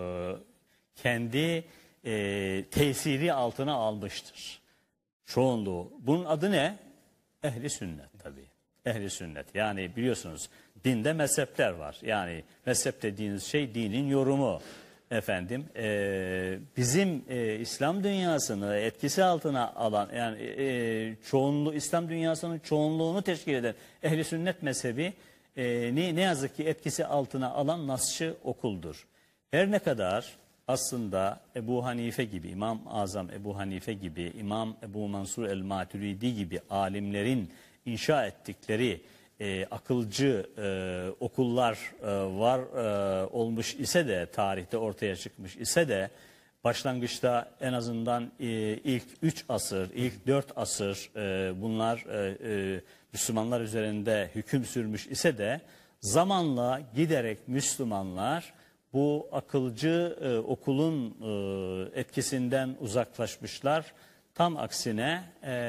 C: kendi e, tesiri altına almıştır. Çoğunluğu. Bunun adı ne? Ehli sünnet tabii. Ehli sünnet. Yani biliyorsunuz dinde mezhepler var. Yani mezhep dediğiniz şey dinin yorumu. Efendim e, bizim e, İslam dünyasını etkisi altına alan yani e, çoğunluğu İslam dünyasının çoğunluğunu teşkil eden ehli sünnet mezhebi e, ne, ne yazık ki etkisi altına alan Nasçı okuldur. Her ne kadar aslında Ebu Hanife gibi, İmam-ı Azam Ebu Hanife gibi, İmam Ebu Mansur el-Maturidi gibi alimlerin inşa ettikleri e, akılcı e, okullar e, var e, olmuş ise de, tarihte ortaya çıkmış ise de, başlangıçta en azından e, ilk üç asır, ilk dört asır e, bunlar e, e, Müslümanlar üzerinde hüküm sürmüş ise de, zamanla giderek Müslümanlar bu akılcı e, okulun e, etkisinden uzaklaşmışlar. Tam aksine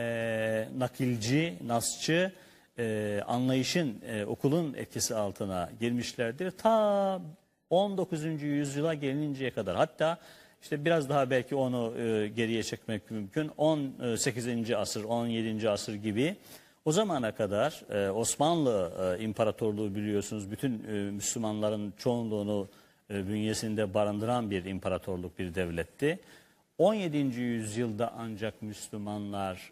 C: e, nakilci, nasçı e, anlayışın, e, okulun etkisi altına girmişlerdir. Ta on dokuzuncu yüzyıla gelinceye kadar, hatta işte biraz daha belki onu e, geriye çekmek mümkün. on sekizinci asır, on yedinci asır gibi. O zamana kadar e, Osmanlı e, İmparatorluğu biliyorsunuz bütün e, Müslümanların çoğunluğunu e, bünyesinde barındıran bir imparatorluk, bir devletti. on yedinci yüzyılda ancak Müslümanlar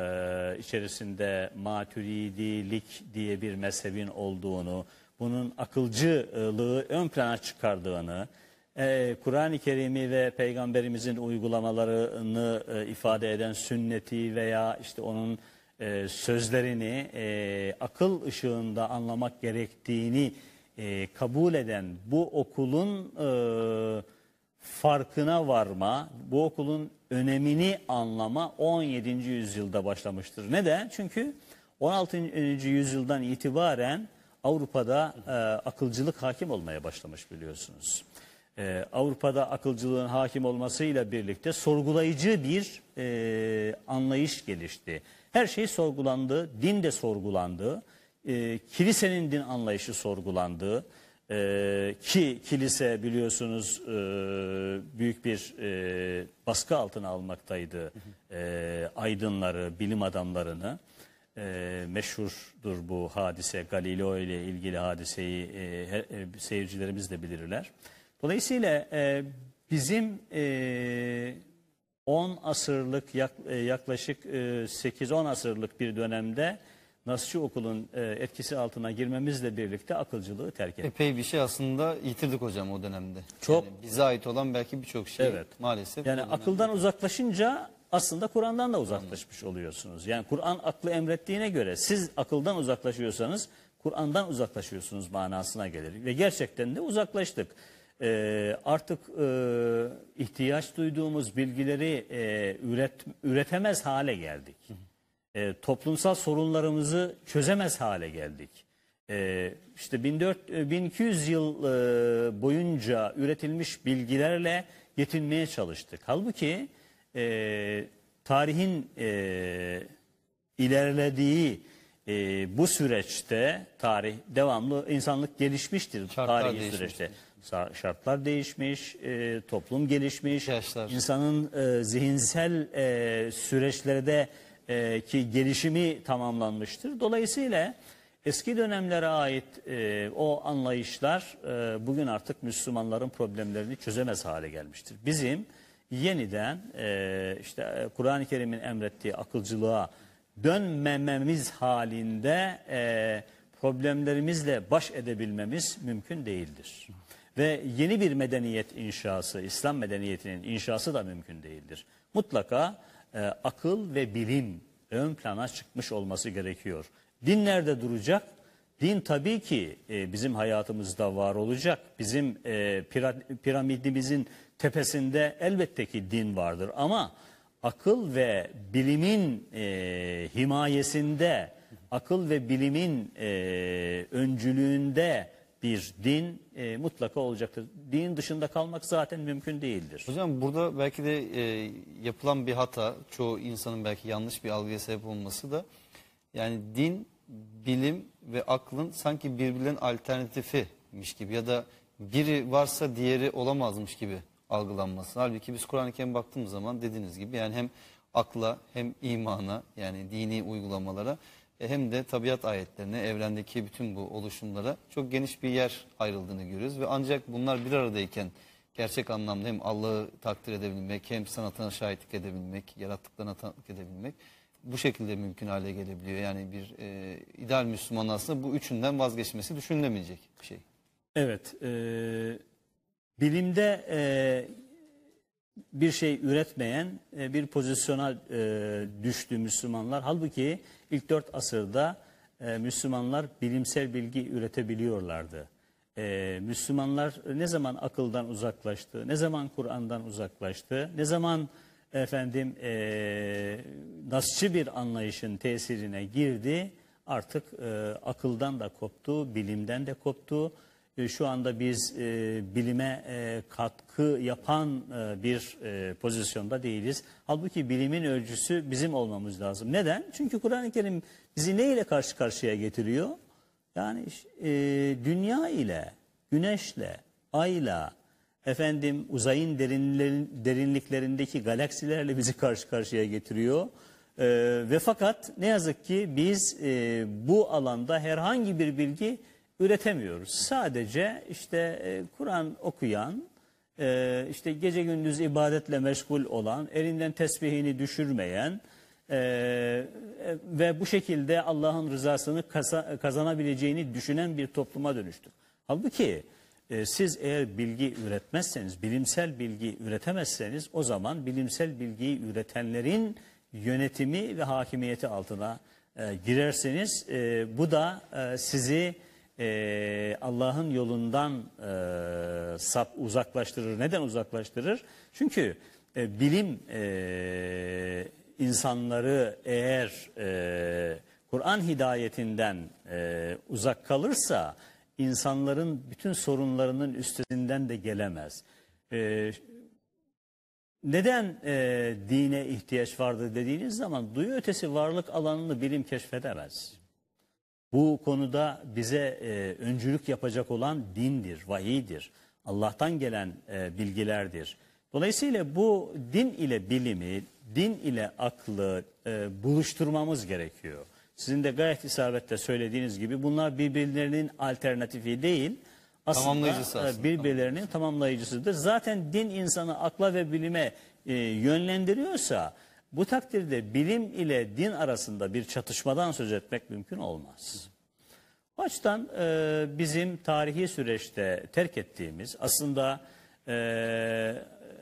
C: e, içerisinde Maturidilik diye bir mezhebin olduğunu, bunun akılcılığı ön plana çıkardığını, e, Kur'an-ı Kerim'i ve Peygamberimizin uygulamalarını e, ifade eden sünneti veya işte onun e, sözlerini e, akıl ışığında anlamak gerektiğini e, kabul eden bu okulun e, farkına varma, bu okulun önemini anlama on yedinci yüzyılda başlamıştır. Neden? Çünkü on altıncı yüzyıldan itibaren Avrupa'da e, akılcılık hakim olmaya başlamış biliyorsunuz. E, Avrupa'da akılcılığın hakim olmasıyla birlikte sorgulayıcı bir e, anlayış gelişti. Her şey sorgulandı, din de sorgulandı, e, kilisenin din anlayışı sorgulandı. Ee, ki kilise biliyorsunuz e, büyük bir e, baskı altına almaktaydı e, aydınları, bilim adamlarını. E, meşhurdur bu hadise, Galileo ile ilgili hadiseyi e, her, e, seyircilerimiz de bilirler. Dolayısıyla e, bizim e, on asırlık yak, e, yaklaşık e, sekiz on asırlık bir dönemde Nasçı okulun e, etkisi altına girmemizle birlikte akılcılığı terk ettik.
B: Epey bir şey aslında yitirdik hocam o dönemde.
C: Çok.
B: Yani bize ait olan belki birçok şey
C: Evet.
B: maalesef.
C: Yani
B: o dönemde-
C: akıldan uzaklaşınca aslında Kur'an'dan da uzaklaşmış oluyorsunuz. Yani Kur'an aklı emrettiğine göre siz akıldan uzaklaşıyorsanız Kur'an'dan uzaklaşıyorsunuz manasına gelir. Ve gerçekten de uzaklaştık. Ee, artık e, ihtiyaç duyduğumuz bilgileri e, üret, üretemez hale geldik. E, toplumsal sorunlarımızı çözemez hale geldik. E, işte bin dört yüz bin iki yüz yıl e, boyunca üretilmiş bilgilerle yetinmeye çalıştık. Halbuki e, tarihin e, ilerlediği e, bu süreçte tarih devamlı insanlık gelişmiştir.
B: Şartlar
C: Tarihi
B: değişmiştir.
C: süreçte. Şartlar değişmiş, e, toplum gelişmiş,
B: İhtiyaçlar.
C: insanın e, zihinsel e, süreçlerde e, ki gelişimi tamamlanmıştır. Dolayısıyla eski dönemlere ait e, o anlayışlar e, bugün artık Müslümanların problemlerini çözemez hale gelmiştir. Bizim yeniden e, işte e, Kur'an-ı Kerim'in emrettiği akılcılığa dönmememiz halinde e, problemlerimizle baş edebilmemiz mümkün değildir. Ve yeni bir medeniyet inşası, İslam medeniyetinin inşası da mümkün değildir. Mutlaka e, akıl ve bilim ön plana çıkmış olması gerekiyor. Din nerede duracak? Din tabii ki e, bizim hayatımızda var olacak. Bizim e, pira- piramidimizin tepesinde elbette ki din vardır. Ama akıl ve bilimin e, himayesinde, akıl ve bilimin e, öncülüğünde bir din e, mutlaka olacaktır. Din dışında kalmak zaten mümkün değildir.
B: Hocam burada belki de e, yapılan bir hata, çoğu insanın belki yanlış bir algıya sebep olması da, yani din, bilim ve aklın sanki birbirlerinin alternatifiymiş gibi ya da biri varsa diğeri olamazmış gibi algılanması. Halbuki biz Kur'an-ı Kerim'e baktığımız zaman dediğiniz gibi yani hem akla hem imana, yani dini uygulamalara e, hem de tabiat ayetlerine, evrendeki bütün bu oluşumlara çok geniş bir yer ayrıldığını görüyoruz. Ve ancak bunlar bir aradayken gerçek anlamda hem Allah'ı takdir edebilmek, hem sanatına şahitlik edebilmek, yarattıklarına tanıklık edebilmek, bu şekilde mümkün hale gelebiliyor. Yani bir e, ideal Müslüman aslında bu üçünden vazgeçmesi düşünülemeyecek bir şey.
C: Evet, e, bilimde e, bir şey üretmeyen e, bir pozisyona e, düştü Müslümanlar. Halbuki ilk dört asırda e, Müslümanlar bilimsel bilgi üretebiliyorlardı. E, Müslümanlar ne zaman akıldan uzaklaştı, ne zaman Kur'an'dan uzaklaştı, ne zaman efendim e, nasçı bir anlayışın tesirine girdi, artık e, akıldan da koptu, bilimden de koptu. E, şu anda biz e, bilime e, katkı yapan e, bir e, pozisyonda değiliz. Halbuki bilimin ölçüsü bizim olmamız lazım. Neden? Çünkü Kur'an-ı Kerim bizi ne ile karşı karşıya getiriyor? Yani e, dünya ile, güneşle, ayla, efendim uzayın derinlerin, derinliklerindeki galaksilerle bizi karşı karşıya getiriyor. E, ve fakat ne yazık ki biz e, bu alanda herhangi bir bilgi üretemiyoruz. Sadece işte e, Kur'an okuyan, e, işte gece gündüz ibadetle meşgul olan, elinden tesbihini düşürmeyen e, e, ve bu şekilde Allah'ın rızasını kasa, kazanabileceğini düşünen bir topluma dönüştük. Halbuki e, siz eğer bilgi üretmezseniz, bilimsel bilgi üretemezseniz o zaman bilimsel bilgiyi üretenlerin yönetimi ve hakimiyeti altına e, girerseniz e, bu da e, sizi e, Allah'ın yolundan e, sap uzaklaştırır. Neden uzaklaştırır? Çünkü e, bilim e, insanları eğer e, Kur'an hidayetinden e, uzak kalırsa insanların bütün sorunlarının üstesinden de gelemez. E, neden e, dine ihtiyaç vardır dediğiniz zaman duyu ötesi varlık alanını bilim keşfedemez. Bu konuda bize e, öncülük yapacak olan dindir, vahiydir. Allah'tan gelen e, bilgilerdir. Dolayısıyla bu din ile bilimi, din ile aklı e, buluşturmamız gerekiyor. Sizin de gayet isabetle söylediğiniz gibi bunlar birbirlerinin alternatifi değil,
B: Tamamlayıcısı
C: aslında,
B: aslında.
C: birbirlerinin tamamlayıcısıdır. Zaten din insanı akla ve bilime e, yönlendiriyorsa bu takdirde bilim ile din arasında bir çatışmadan söz etmek mümkün olmaz. O açıdan e, bizim tarihi süreçte terk ettiğimiz aslında e,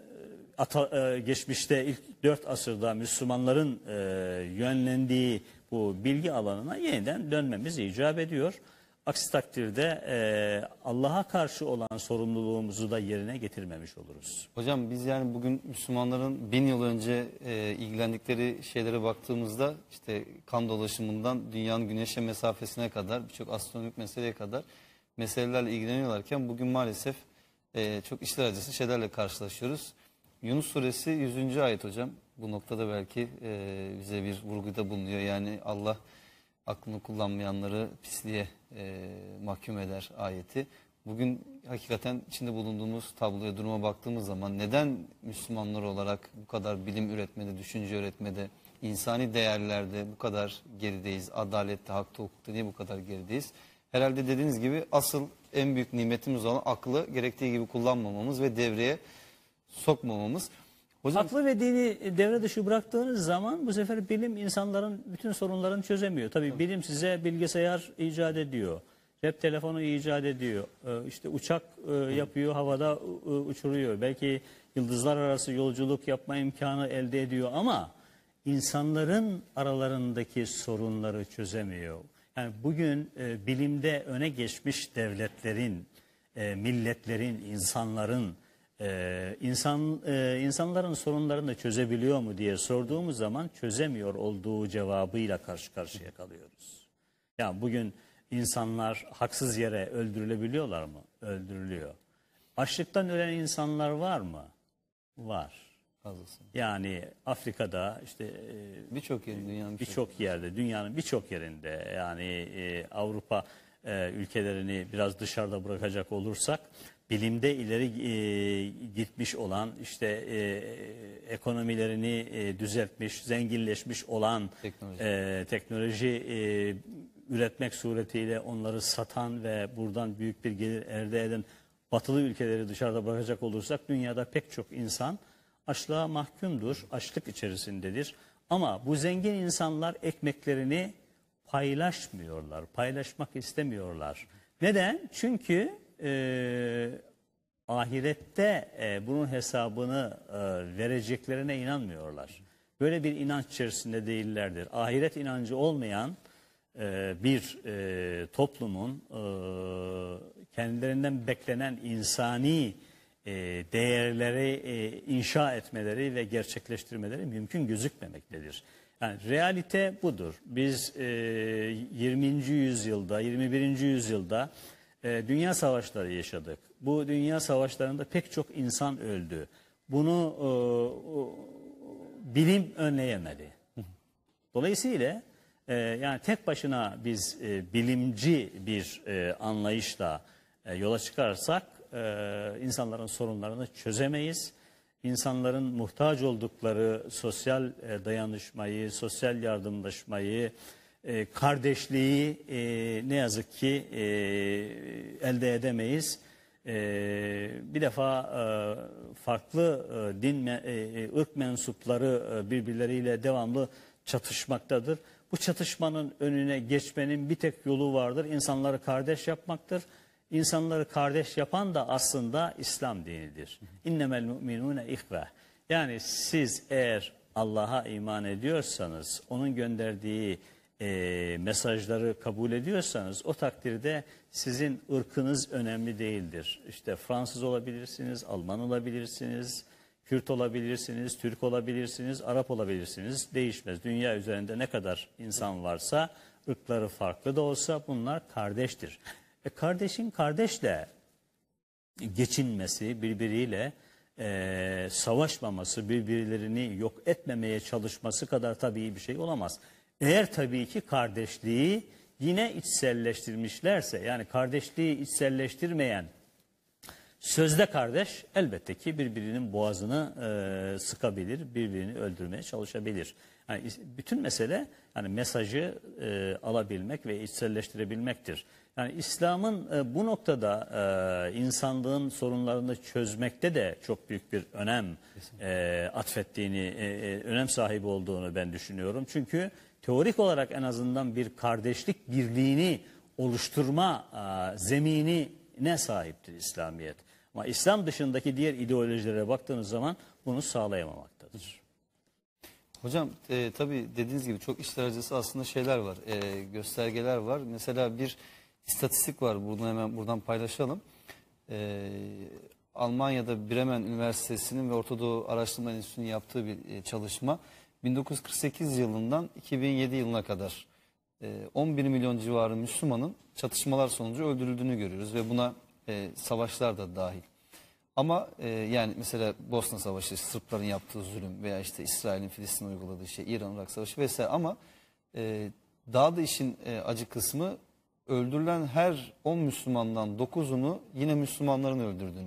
C: ata, e, geçmişte ilk dört asırda Müslümanların e, yönlendiği bu bilgi alanına yeniden dönmemiz icap ediyor. Aksi takdirde e, Allah'a karşı olan sorumluluğumuzu da yerine getirmemiş oluruz.
B: Hocam biz yani bugün Müslümanların bin yıl önce e, ilgilendikleri şeylere baktığımızda işte kan dolaşımından dünyanın güneşe mesafesine kadar birçok astronomik meseleye kadar meselelerle ilgileniyorlarken bugün maalesef e, çok işler acısı şeylerle karşılaşıyoruz. Yunus suresi yüzüncü ayet hocam bu noktada belki e, bize bir vurguda bulunuyor. Yani Allah aklını kullanmayanları pisliğe e, mahkum eder ayeti. Bugün hakikaten içinde bulunduğumuz tabloya, duruma baktığımız zaman neden Müslümanlar olarak bu kadar bilim üretmede, düşünce üretmede, insani değerlerde bu kadar gerideyiz? Adalette, hakta, hukukta niye bu kadar gerideyiz? Herhalde dediğiniz gibi asıl en büyük nimetimiz olan aklı gerektiği gibi kullanmamamız ve devreye sokmamamız. Hocam,
C: Aklı ve dini devre dışı bıraktığınız zaman bu sefer bilim insanların bütün sorunlarını çözemiyor. Tabii, Tabii. bilim size bilgisayar icat ediyor, cep telefonu icat ediyor, ee, işte uçak e, yapıyor, havada e, uçuruyor. Belki yıldızlar arası yolculuk yapma imkanı elde ediyor ama insanların aralarındaki sorunları çözemiyor. Yani bugün e, bilimde öne geçmiş devletlerin, e, milletlerin, insanların Ee, insan e, insanların sorunlarını çözebiliyor mu diye sorduğumuz zaman çözemiyor olduğu cevabıyla karşı karşıya kalıyoruz. Ya bugün insanlar haksız yere öldürülebiliyorlar mı? Öldürülüyor. Açlıktan ölen insanlar var mı? Var.
B: fazlası.
C: Yani Afrika'da işte e,
B: Birçok yerin dünyanın
C: birçok yerde, dünyanın birçok yerinde yani e, Avrupa e, ülkelerini biraz dışarıda bırakacak olursak bilimde ileri e, gitmiş olan işte e, ekonomilerini e, düzeltmiş, zenginleşmiş olan
B: Teknoloji.
C: e, teknoloji e, üretmek suretiyle onları satan ve buradan büyük bir gelir elde eden batılı ülkeleri dışarıda bırakacak olursak dünyada pek çok insan açlığa mahkumdur, açlık içerisindedir. Ama bu zengin insanlar ekmeklerini paylaşmıyorlar, paylaşmak istemiyorlar. Neden? Çünkü e, ahirette e, bunun hesabını e, vereceklerine inanmıyorlar. Böyle bir inanç içerisinde değillerdir. Ahiret inancı olmayan e, bir e, toplumun e, kendilerinden beklenen insani e, değerleri e, inşa etmeleri ve gerçekleştirmeleri mümkün gözükmemektedir. Yani realite budur. Biz e, yirminci yüzyılda, yirmi birinci yüzyılda e, dünya savaşları yaşadık. Bu dünya savaşlarında pek çok insan öldü. Bunu e, o, bilim önleyemedi. Dolayısıyla e, yani tek başına biz e, bilimci bir e, anlayışla e, yola çıkarsak e, insanların sorunlarını çözemeyiz. İnsanların muhtaç oldukları sosyal e, dayanışmayı, sosyal yardımlaşmayı, e, kardeşliği e, ne yazık ki e, elde edemeyiz. E, bir defa e, farklı e, din, e, ırk mensupları e, birbirleriyle devamlı çatışmaktadır. Bu çatışmanın önüne geçmenin bir tek yolu vardır. İnsanları kardeş yapmaktır. İnsanları kardeş yapan da aslında İslam dinidir. İnnemel mu'minune ihve. Yani siz eğer Allah'a iman ediyorsanız, onun gönderdiği e, mesajları kabul ediyorsanız, o takdirde sizin ırkınız önemli değildir. İşte Fransız olabilirsiniz, Alman olabilirsiniz, Kürt olabilirsiniz, Türk olabilirsiniz, Arap olabilirsiniz. Değişmez. Dünya üzerinde ne kadar insan varsa, ırkları farklı da olsa bunlar kardeştir. E kardeşin kardeşle geçinmesi, birbiriyle e, savaşmaması, birbirlerini yok etmemeye çalışması kadar tabii bir şey olamaz. Eğer tabii ki kardeşliği yine içselleştirmişlerse, yani kardeşliği içselleştirmeyen sözde kardeş elbette ki birbirinin boğazını e, sıkabilir, birbirini öldürmeye çalışabilir. Yani bütün mesele yani mesajı e, alabilmek ve içselleştirebilmektir. Yani İslam'ın e, bu noktada e, insanlığın sorunlarını çözmekte de çok büyük bir önem e, atfettiğini, e, önem sahibi olduğunu ben düşünüyorum. Çünkü teorik olarak en azından bir kardeşlik birliğini oluşturma e, zeminine sahiptir İslamiyet. Ama İslam dışındaki diğer ideolojilere baktığınız zaman bunu sağlayamamaktadır.
B: Hocam e, tabii dediğiniz gibi çok işler acısı aslında şeyler var, e, göstergeler var. Mesela bir istatistik var, bunu hemen buradan paylaşalım. E, Almanya'da Bremen Üniversitesi'nin ve Orta Doğu Araştırma Enstitüsü'nün yaptığı bir e, çalışma. bin dokuz yüz kırk sekiz yılından iki bin yedi yılına kadar e, on bir milyon civarı Müslümanın çatışmalar sonucu öldürüldüğünü görüyoruz ve buna e, savaşlar da dahil. Ama e, yani mesela Bosna Savaşı, Sırpların yaptığı zulüm veya işte İsrail'in Filistin'e uyguladığı şey, İran-Irak Savaşı vesaire. Ama e, daha da işin e, acı kısmı öldürülen her on Müslümandan dokuzunu yine Müslümanların öldürdüğünü.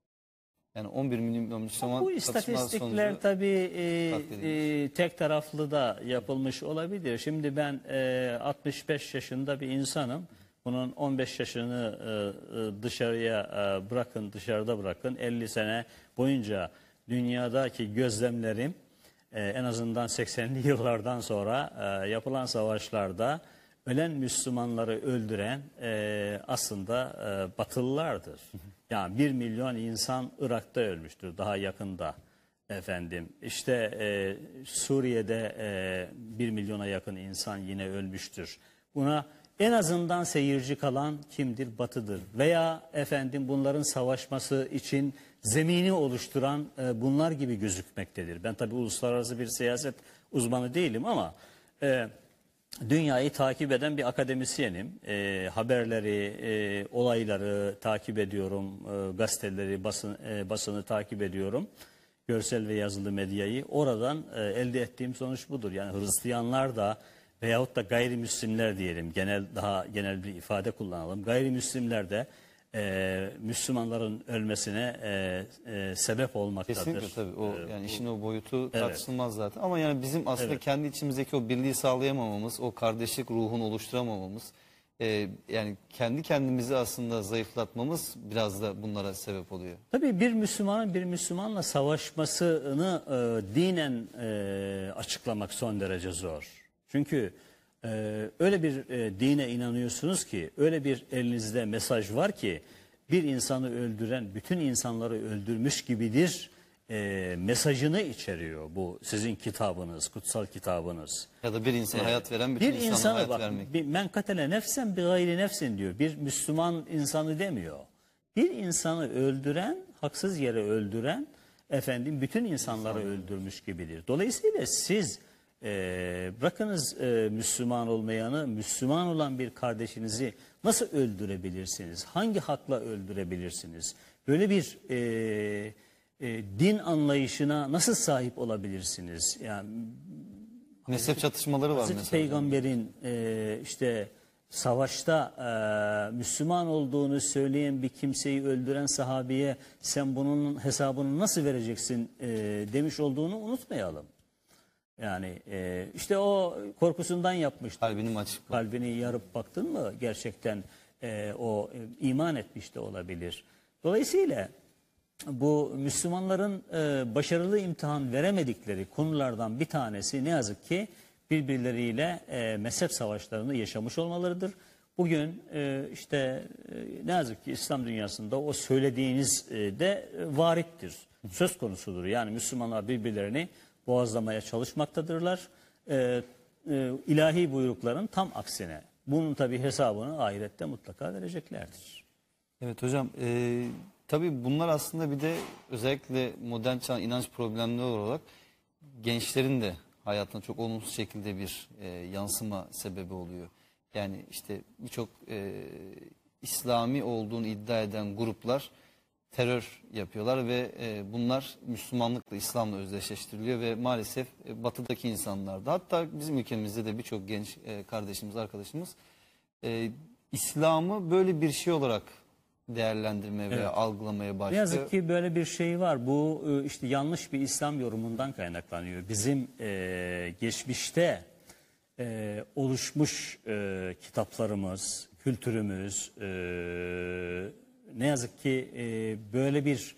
B: Yani on bir milyon Müslüman
C: Bu istatistikler tabii e, e, tek taraflı da yapılmış olabilir. Şimdi ben e, altmış beş yaşında bir insanım. Bunun on beş yaşını e, dışarıya e, bırakın, dışarıda bırakın. elli sene boyunca dünyadaki gözlemlerim e, en azından seksenli yıllardan sonra e, yapılan savaşlarda ölen Müslümanları öldüren e, aslında e, Batılılardır. Yani bir milyon insan Irak'ta ölmüştür, daha yakında efendim. İşte e, Suriye'de e, bir milyona yakın insan yine ölmüştür. Buna en azından seyirci kalan kimdir? Batı'dır. Veya efendim bunların savaşması için zemini oluşturan e, bunlar gibi gözükmektedir. Ben tabii uluslararası bir siyaset uzmanı değilim ama e, dünyayı takip eden bir akademisyenim. E, haberleri, e, olayları takip ediyorum, e, gazeteleri, basın, e, basını takip ediyorum. Görsel ve yazılı medyayı. Oradan e, elde ettiğim sonuç budur. Yani Hristiyanlar da veyahut da gayrimüslimler diyelim, genel daha genel bir ifade kullanalım. Gayrimüslimler de e, Müslümanların ölmesine e, e, sebep olmaktadır.
B: Kesinlikle tabii. O
C: E,
B: yani
C: bu,
B: işin o boyutu
C: evet.
B: tartışılmaz zaten. Ama yani bizim aslında
C: Evet.
B: kendi içimizdeki o birliği sağlayamamamız, o kardeşlik ruhunu oluşturamamamız e, yani kendi kendimizi aslında zayıflatmamız biraz da bunlara sebep oluyor.
C: Tabii bir Müslümanın bir Müslümanla savaşmasını e, dinen e, açıklamak son derece zor. Çünkü e, öyle bir e, dine inanıyorsunuz ki, öyle bir elinizde mesaj var ki, bir insanı öldüren bütün insanları öldürmüş gibidir e, mesajını içeriyor bu sizin kitabınız, kutsal kitabınız.
B: Ya da bir insana hayat veren bütün
C: Bir
B: insanlara
C: insana
B: hayat
C: bak,
B: vermek.
C: bir men katele nefsen bir gayri nefsin diyor. Bir Müslüman insanı demiyor. Bir insanı öldüren, haksız yere öldüren, efendim bütün insanları öldürmüş gibidir. Dolayısıyla siz e, bırakınız e, Müslüman olmayanı, Müslüman olan bir kardeşinizi nasıl öldürebilirsiniz? Hangi hakla öldürebilirsiniz? Böyle bir e, e, din anlayışına nasıl sahip olabilirsiniz? Yani
B: Mezhep çatışmaları var
C: Hazreti
B: mesela.
C: Peygamber'in e, işte savaşta e, Müslüman olduğunu söyleyen bir kimseyi öldüren sahabeye sen bunun hesabını nasıl vereceksin e, demiş olduğunu unutmayalım. Yani e, işte o korkusundan yapmıştı.
B: Kalbini açık.
C: Kalbini yarıp baktın mı gerçekten e, o e, iman etmiş de olabilir. Dolayısıyla bu Müslümanların e, başarılı imtihan veremedikleri konulardan bir tanesi ne yazık ki birbirleriyle e, mezhep savaşlarını yaşamış olmalarıdır. Bugün e, işte e, ne yazık ki İslam dünyasında o söylediğiniz e, de e, varittir, söz konusudur. Yani Müslümanlar birbirlerini boğazlamaya çalışmaktadırlar. E, e, ilahi buyrukların tam aksine. Bunun tabi hesabını ahirette mutlaka vereceklerdir.
B: Evet hocam, e, tabii bunlar aslında bir de özellikle modern çağ inanç problemleri olarak gençlerin de hayatına çok olumsuz şekilde bir e, yansıma sebebi oluyor. Yani işte birçok e, İslami olduğunu iddia eden gruplar terör yapıyorlar ve e, bunlar Müslümanlıkla, İslam'la özdeşleştiriliyor ve maalesef e, batıdaki insanlarda, hatta bizim ülkemizde de birçok genç e, kardeşimiz, arkadaşımız e, İslam'ı böyle bir şey olarak değerlendirmeye veya algılamaya başlıyor.
C: Ne yazık ki böyle bir şey var. Bu e, işte yanlış bir İslam yorumundan kaynaklanıyor. Bizim e, geçmişte e, oluşmuş e, kitaplarımız, kültürümüz e, ne yazık ki e, böyle bir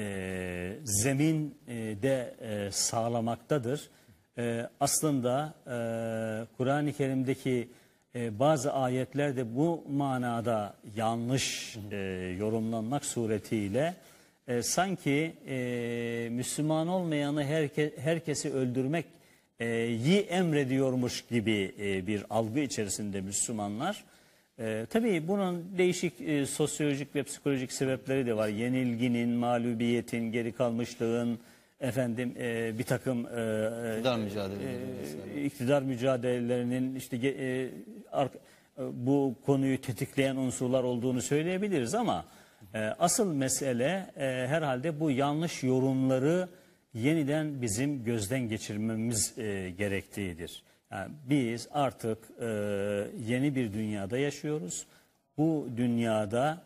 C: e, zemin e, de e, sağlamaktadır. E, aslında e, Kur'an-ı Kerim'deki e, bazı ayetler de bu manada yanlış e, yorumlanmak suretiyle e, sanki e, Müslüman olmayanı herke, herkesi öldürmek e, yi emrediyormuş gibi e, bir algı içerisinde Müslümanlar. E, tabii bunun değişik e, sosyolojik ve psikolojik sebepleri de var. Yenilginin, mağlubiyetin, geri kalmışlığın, efendim e, bir takım e,
B: İktidar mücadeleleri
C: e,
B: mesela.
C: iktidar mücadelelerinin işte e, ar, bu konuyu tetikleyen unsurlar olduğunu söyleyebiliriz ama e, asıl mesele e, herhalde bu yanlış yorumları yeniden bizim gözden geçirmemiz e, gerektiğidir. Yani biz artık e, yeni bir dünyada yaşıyoruz. Bu dünyada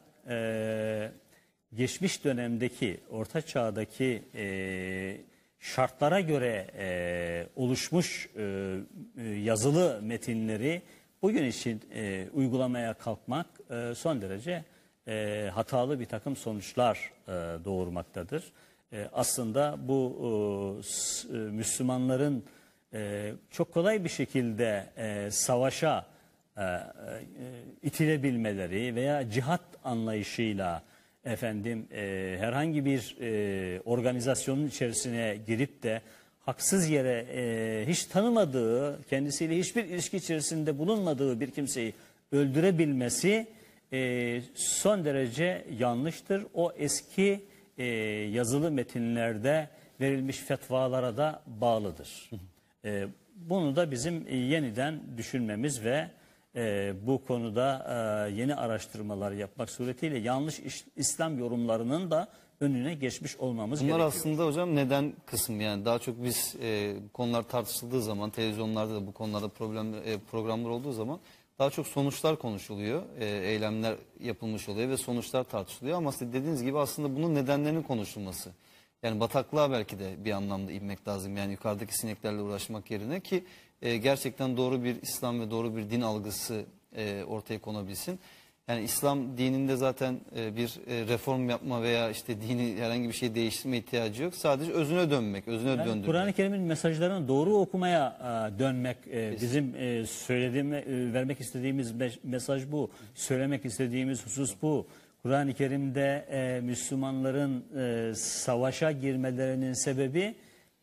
C: e, geçmiş dönemdeki, orta çağdaki e, şartlara göre e, oluşmuş e, e, yazılı metinleri bugün için e, uygulamaya kalkmak e, son derece e, hatalı bir takım sonuçlar e, doğurmaktadır. E, aslında bu e, s- e, Müslümanların e, çok kolay bir şekilde e, savaşa e, e, itilebilmeleri veya cihat anlayışıyla efendim e, herhangi bir e, organizasyonun içerisine girip de haksız yere e, hiç tanımadığı, kendisiyle hiçbir ilişki içerisinde bulunmadığı bir kimseyi öldürebilmesi e, son derece yanlıştır. O eski e, yazılı metinlerde verilmiş fetvalara da bağlıdır. E, bunu da bizim e, yeniden düşünmemiz ve e, bu konuda e, yeni araştırmalar yapmak suretiyle yanlış iş- İslam yorumlarının da önüne geçmiş olmamız
B: Bunlar
C: gerekiyor.
B: aslında hocam neden kısım, yani daha çok biz e, konular tartışıldığı zaman, televizyonlarda da bu konularda problem, e, programlar olduğu zaman daha çok sonuçlar konuşuluyor, e, eylemler yapılmış oluyor ve sonuçlar tartışılıyor ama siz dediğiniz gibi aslında bunun nedenlerinin konuşulması. Yani bataklığa belki de bir anlamda inmek lazım, yani yukarıdaki sineklerle uğraşmak yerine ki e, gerçekten doğru bir İslam ve doğru bir din algısı e, ortaya konabilsin. Yani İslam dininde zaten e, bir e, reform yapma veya işte dini herhangi bir şey değiştirme ihtiyacı yok. Sadece özüne dönmek, özüne
C: Yani
B: döndürmek.
C: Kur'an-ı Kerim'in mesajlarını doğru okumaya e, dönmek e, bizim e, söylediğim, e, vermek istediğimiz me- mesaj bu. Söylemek istediğimiz husus bu. Kur'an-ı Kerim'de e, Müslümanların e, savaşa girmelerinin sebebi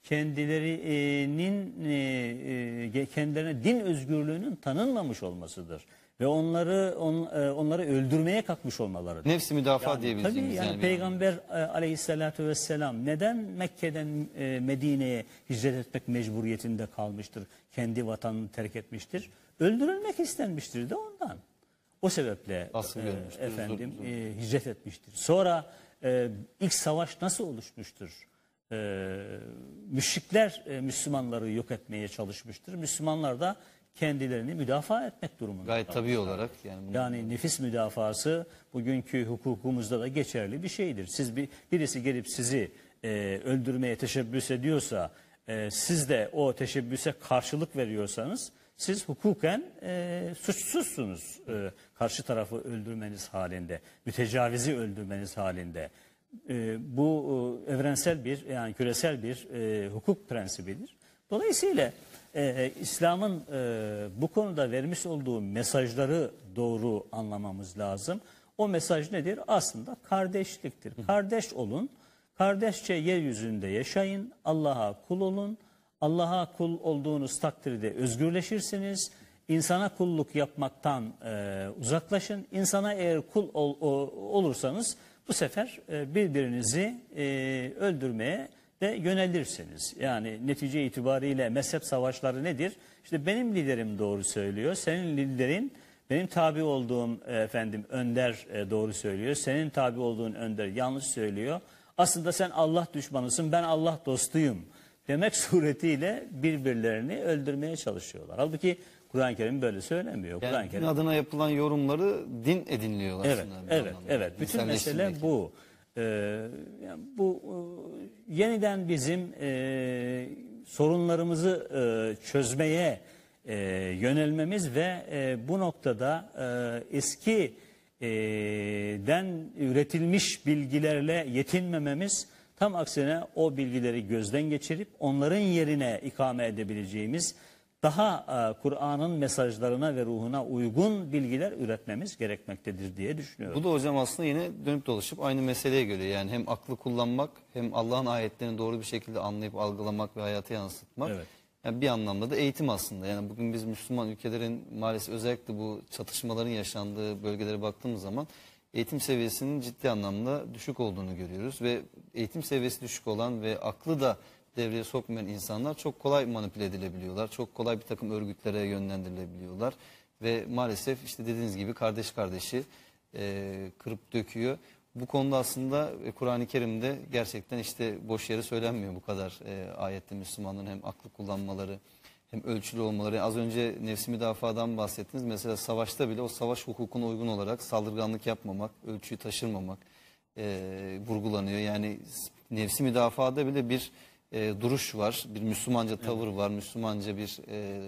C: kendilerinin e, e, kendilerine din özgürlüğünün tanınmamış olmasıdır ve onları on, e, onları öldürmeye kalkmış olmaları.
B: Nefsi müdafaa
C: Yani,
B: diyebileceğimiz
C: tabii yani,
B: yani bir
C: Peygamber e, aleyhissalatü vesselam neden Mekke'den e, Medine'ye hicret etmek mecburiyetinde kalmıştır? Kendi vatanını terk etmiştir. Öldürülmek istenmiştir de ondan. O sebeple
B: Baskı
C: e,
B: görmüştür,
C: efendim
B: zor-
C: e, hicret etmiştir. Sonra e, ilk savaş nasıl oluşmuştur? E, müşrikler e, Müslümanları yok etmeye çalışmıştır. Müslümanlar da kendilerini müdafaa etmek durumunda.
B: gayet tabii olarak. Yani, bunu-
C: Yani nefis müdafası bugünkü hukukumuzda da geçerli bir şeydir. Siz bir birisi gelip sizi e, öldürmeye teşebbüs ediyorsa, e, siz de o teşebbüse karşılık veriyorsanız, siz hukuken e, suçsuzsunuz. E, karşı tarafı öldürmeniz halinde, mütecavizi öldürmeniz halinde. E, bu e, evrensel bir, yani küresel bir e, hukuk prensibidir. Dolayısıyla e, İslam'ın e, bu konuda vermiş olduğu mesajları doğru anlamamız lazım. O mesaj nedir? Aslında kardeşliktir. Kardeş olun, kardeşçe yeryüzünde yaşayın, Allah'a kul olun. Allah'a kul olduğunuz takdirde özgürleşirsiniz. İnsana kulluk yapmaktan e, uzaklaşın. İnsana eğer kul ol, o, olursanız bu sefer e, birbirinizi e, öldürmeye de yönelirsiniz. Yani netice itibariyle mezhep savaşları nedir? İşte benim liderim doğru söylüyor, senin liderin, benim tabi olduğum e, efendim önder e, doğru söylüyor, senin tabi olduğun önder yanlış söylüyor. Aslında sen Allah düşmanısın, ben Allah dostuyum demek suretiyle birbirlerini öldürmeye çalışıyorlar. Halbuki Kur'an-ı Kerim böyle söylemiyor. Kur'an-ı
B: yani din
C: Kerim
B: adına yapılan yorumları din ediniliyorlar
C: Evet,
B: aslında. bir
C: evet,
B: anlamda.
C: evet. Bütün mesele
B: Dinselleştirmek.
C: bu. Ee, yani bu e, yeniden bizim e, sorunlarımızı e, çözmeye e, yönelmemiz ve e, bu noktada e, eski e, den üretilmiş bilgilerle yetinmememiz, tam aksine o bilgileri gözden geçirip onların yerine ikame edebileceğimiz daha e, Kur'an'ın mesajlarına ve ruhuna uygun bilgiler üretmemiz gerekmektedir diye düşünüyorum.
B: Bu da hocam aslında yine dönüp dolaşıp aynı meseleye geliyor. Yani hem aklı kullanmak hem Allah'ın ayetlerini doğru bir şekilde anlayıp algılamak ve hayata yansıtmak.
C: Evet.
B: Yani bir anlamda da eğitim aslında. Yani bugün biz Müslüman ülkelerin maalesef özellikle bu çatışmaların yaşandığı bölgelere baktığımız zaman eğitim seviyesinin ciddi anlamda düşük olduğunu görüyoruz. Ve eğitim seviyesi düşük olan ve aklı da devreye sokmayan insanlar çok kolay manipüle edilebiliyorlar. Çok kolay bir takım örgütlere yönlendirilebiliyorlar. Ve maalesef işte dediğiniz gibi kardeş kardeşi e, kırıp döküyor. Bu konuda aslında e, Kur'an-ı Kerim'de gerçekten işte boş yere söylenmiyor bu kadar e, ayette Müslümanların hem aklı kullanmaları hem ölçülü olmaları. Az önce nefsi müdafadan bahsettiniz. Mesela savaşta bile o savaş hukukuna uygun olarak saldırganlık yapmamak, ölçüyü taşırmamak e, vurgulanıyor. Yani nefsi müdafada bile bir e, duruş var, bir Müslümanca tavır var, Müslümanca bir e,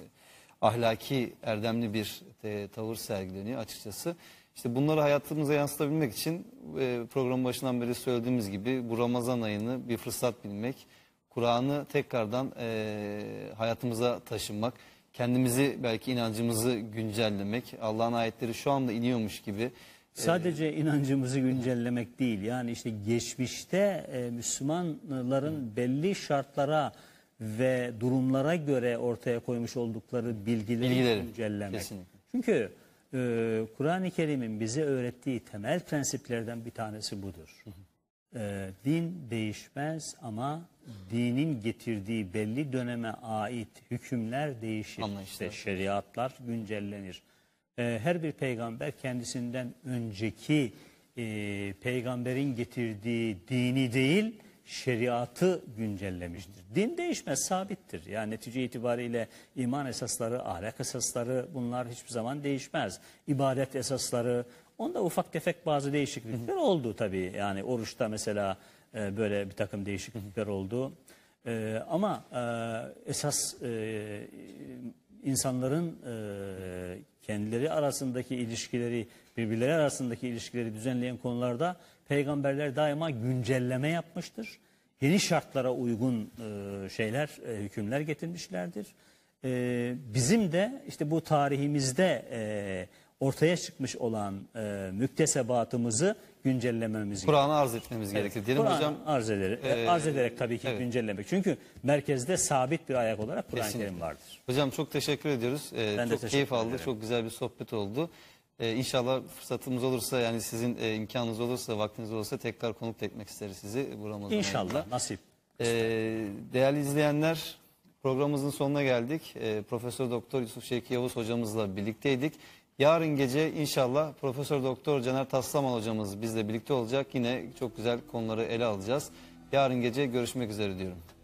B: ahlaki, erdemli bir e, tavır sergileniyor açıkçası. İşte bunları hayatımıza yansıtabilmek için e, programın başından beri söylediğimiz gibi bu Ramazan ayını bir fırsat bilmek, Kur'an'ı tekrardan e, hayatımıza taşımak, kendimizi belki inancımızı güncellemek, Allah'ın ayetleri şu anda iniyormuş gibi.
C: Sadece inancımızı güncellemek değil, yani işte geçmişte e, Müslümanların belli şartlara ve durumlara göre ortaya koymuş oldukları bilgileri,
B: Bilgileri,
C: güncellemek.
B: kesinlikle.
C: Çünkü e, Kur'an-ı Kerim'in bize öğrettiği temel prensiplerden bir tanesi budur. E, din değişmez ama dinin getirdiği belli döneme ait hükümler değişir.
B: Anlayışlar.
C: İşte şeriatlar güncellenir. E, her bir peygamber kendisinden önceki e, peygamberin getirdiği dini değil, şeriatı güncellemiştir. Din değişmez, sabittir. Yani netice itibariyle iman esasları, ahlak esasları, bunlar hiçbir zaman değişmez. İbadet esasları, onda ufak tefek bazı değişiklikler oldu tabii. Yani oruçta mesela e, böyle bir takım değişiklikler oldu. E, ama e, esas e, insanların e, kendileri arasındaki ilişkileri, birbirleri arasındaki ilişkileri düzenleyen konularda peygamberler daima güncelleme yapmıştır. Yeni şartlara uygun e, şeyler, e, hükümler getirmişlerdir. E, bizim de işte bu tarihimizde e, ortaya çıkmış olan e, müktesebatımızı güncellememiz gerekiyor.
B: Kur'an'ı arz etmemiz gerekir. Diyelim
C: Kur'an
B: hocam.
C: arz ederek,
B: e,
C: arz ederek tabii ki
B: evet.
C: güncellemek. Çünkü merkezde sabit bir ayak olarak Kur'an-ı
B: Kesinlikle.
C: Kerim vardır.
B: Hocam çok teşekkür ediyoruz. Ee,
C: Ben de
B: çok
C: teşekkür
B: keyif aldık.
C: ederim.
B: Çok güzel bir sohbet oldu. Ee, İnşallah fırsatımız olursa, yani sizin e, imkanınız olursa, vaktiniz olursa tekrar konuk etmek isteriz sizi bu Ramazan ayında.
C: İnşallah nasip.
B: Ee, değerli izleyenler, programımızın sonuna geldik. Ee, Profesör Doktor Yusuf Şevki Yavuz hocamızla birlikteydik. Yarın gece inşallah Profesör Doktor Caner Taslaman hocamız bizle birlikte olacak. Yine çok güzel konuları ele alacağız. Yarın gece görüşmek üzere diyorum.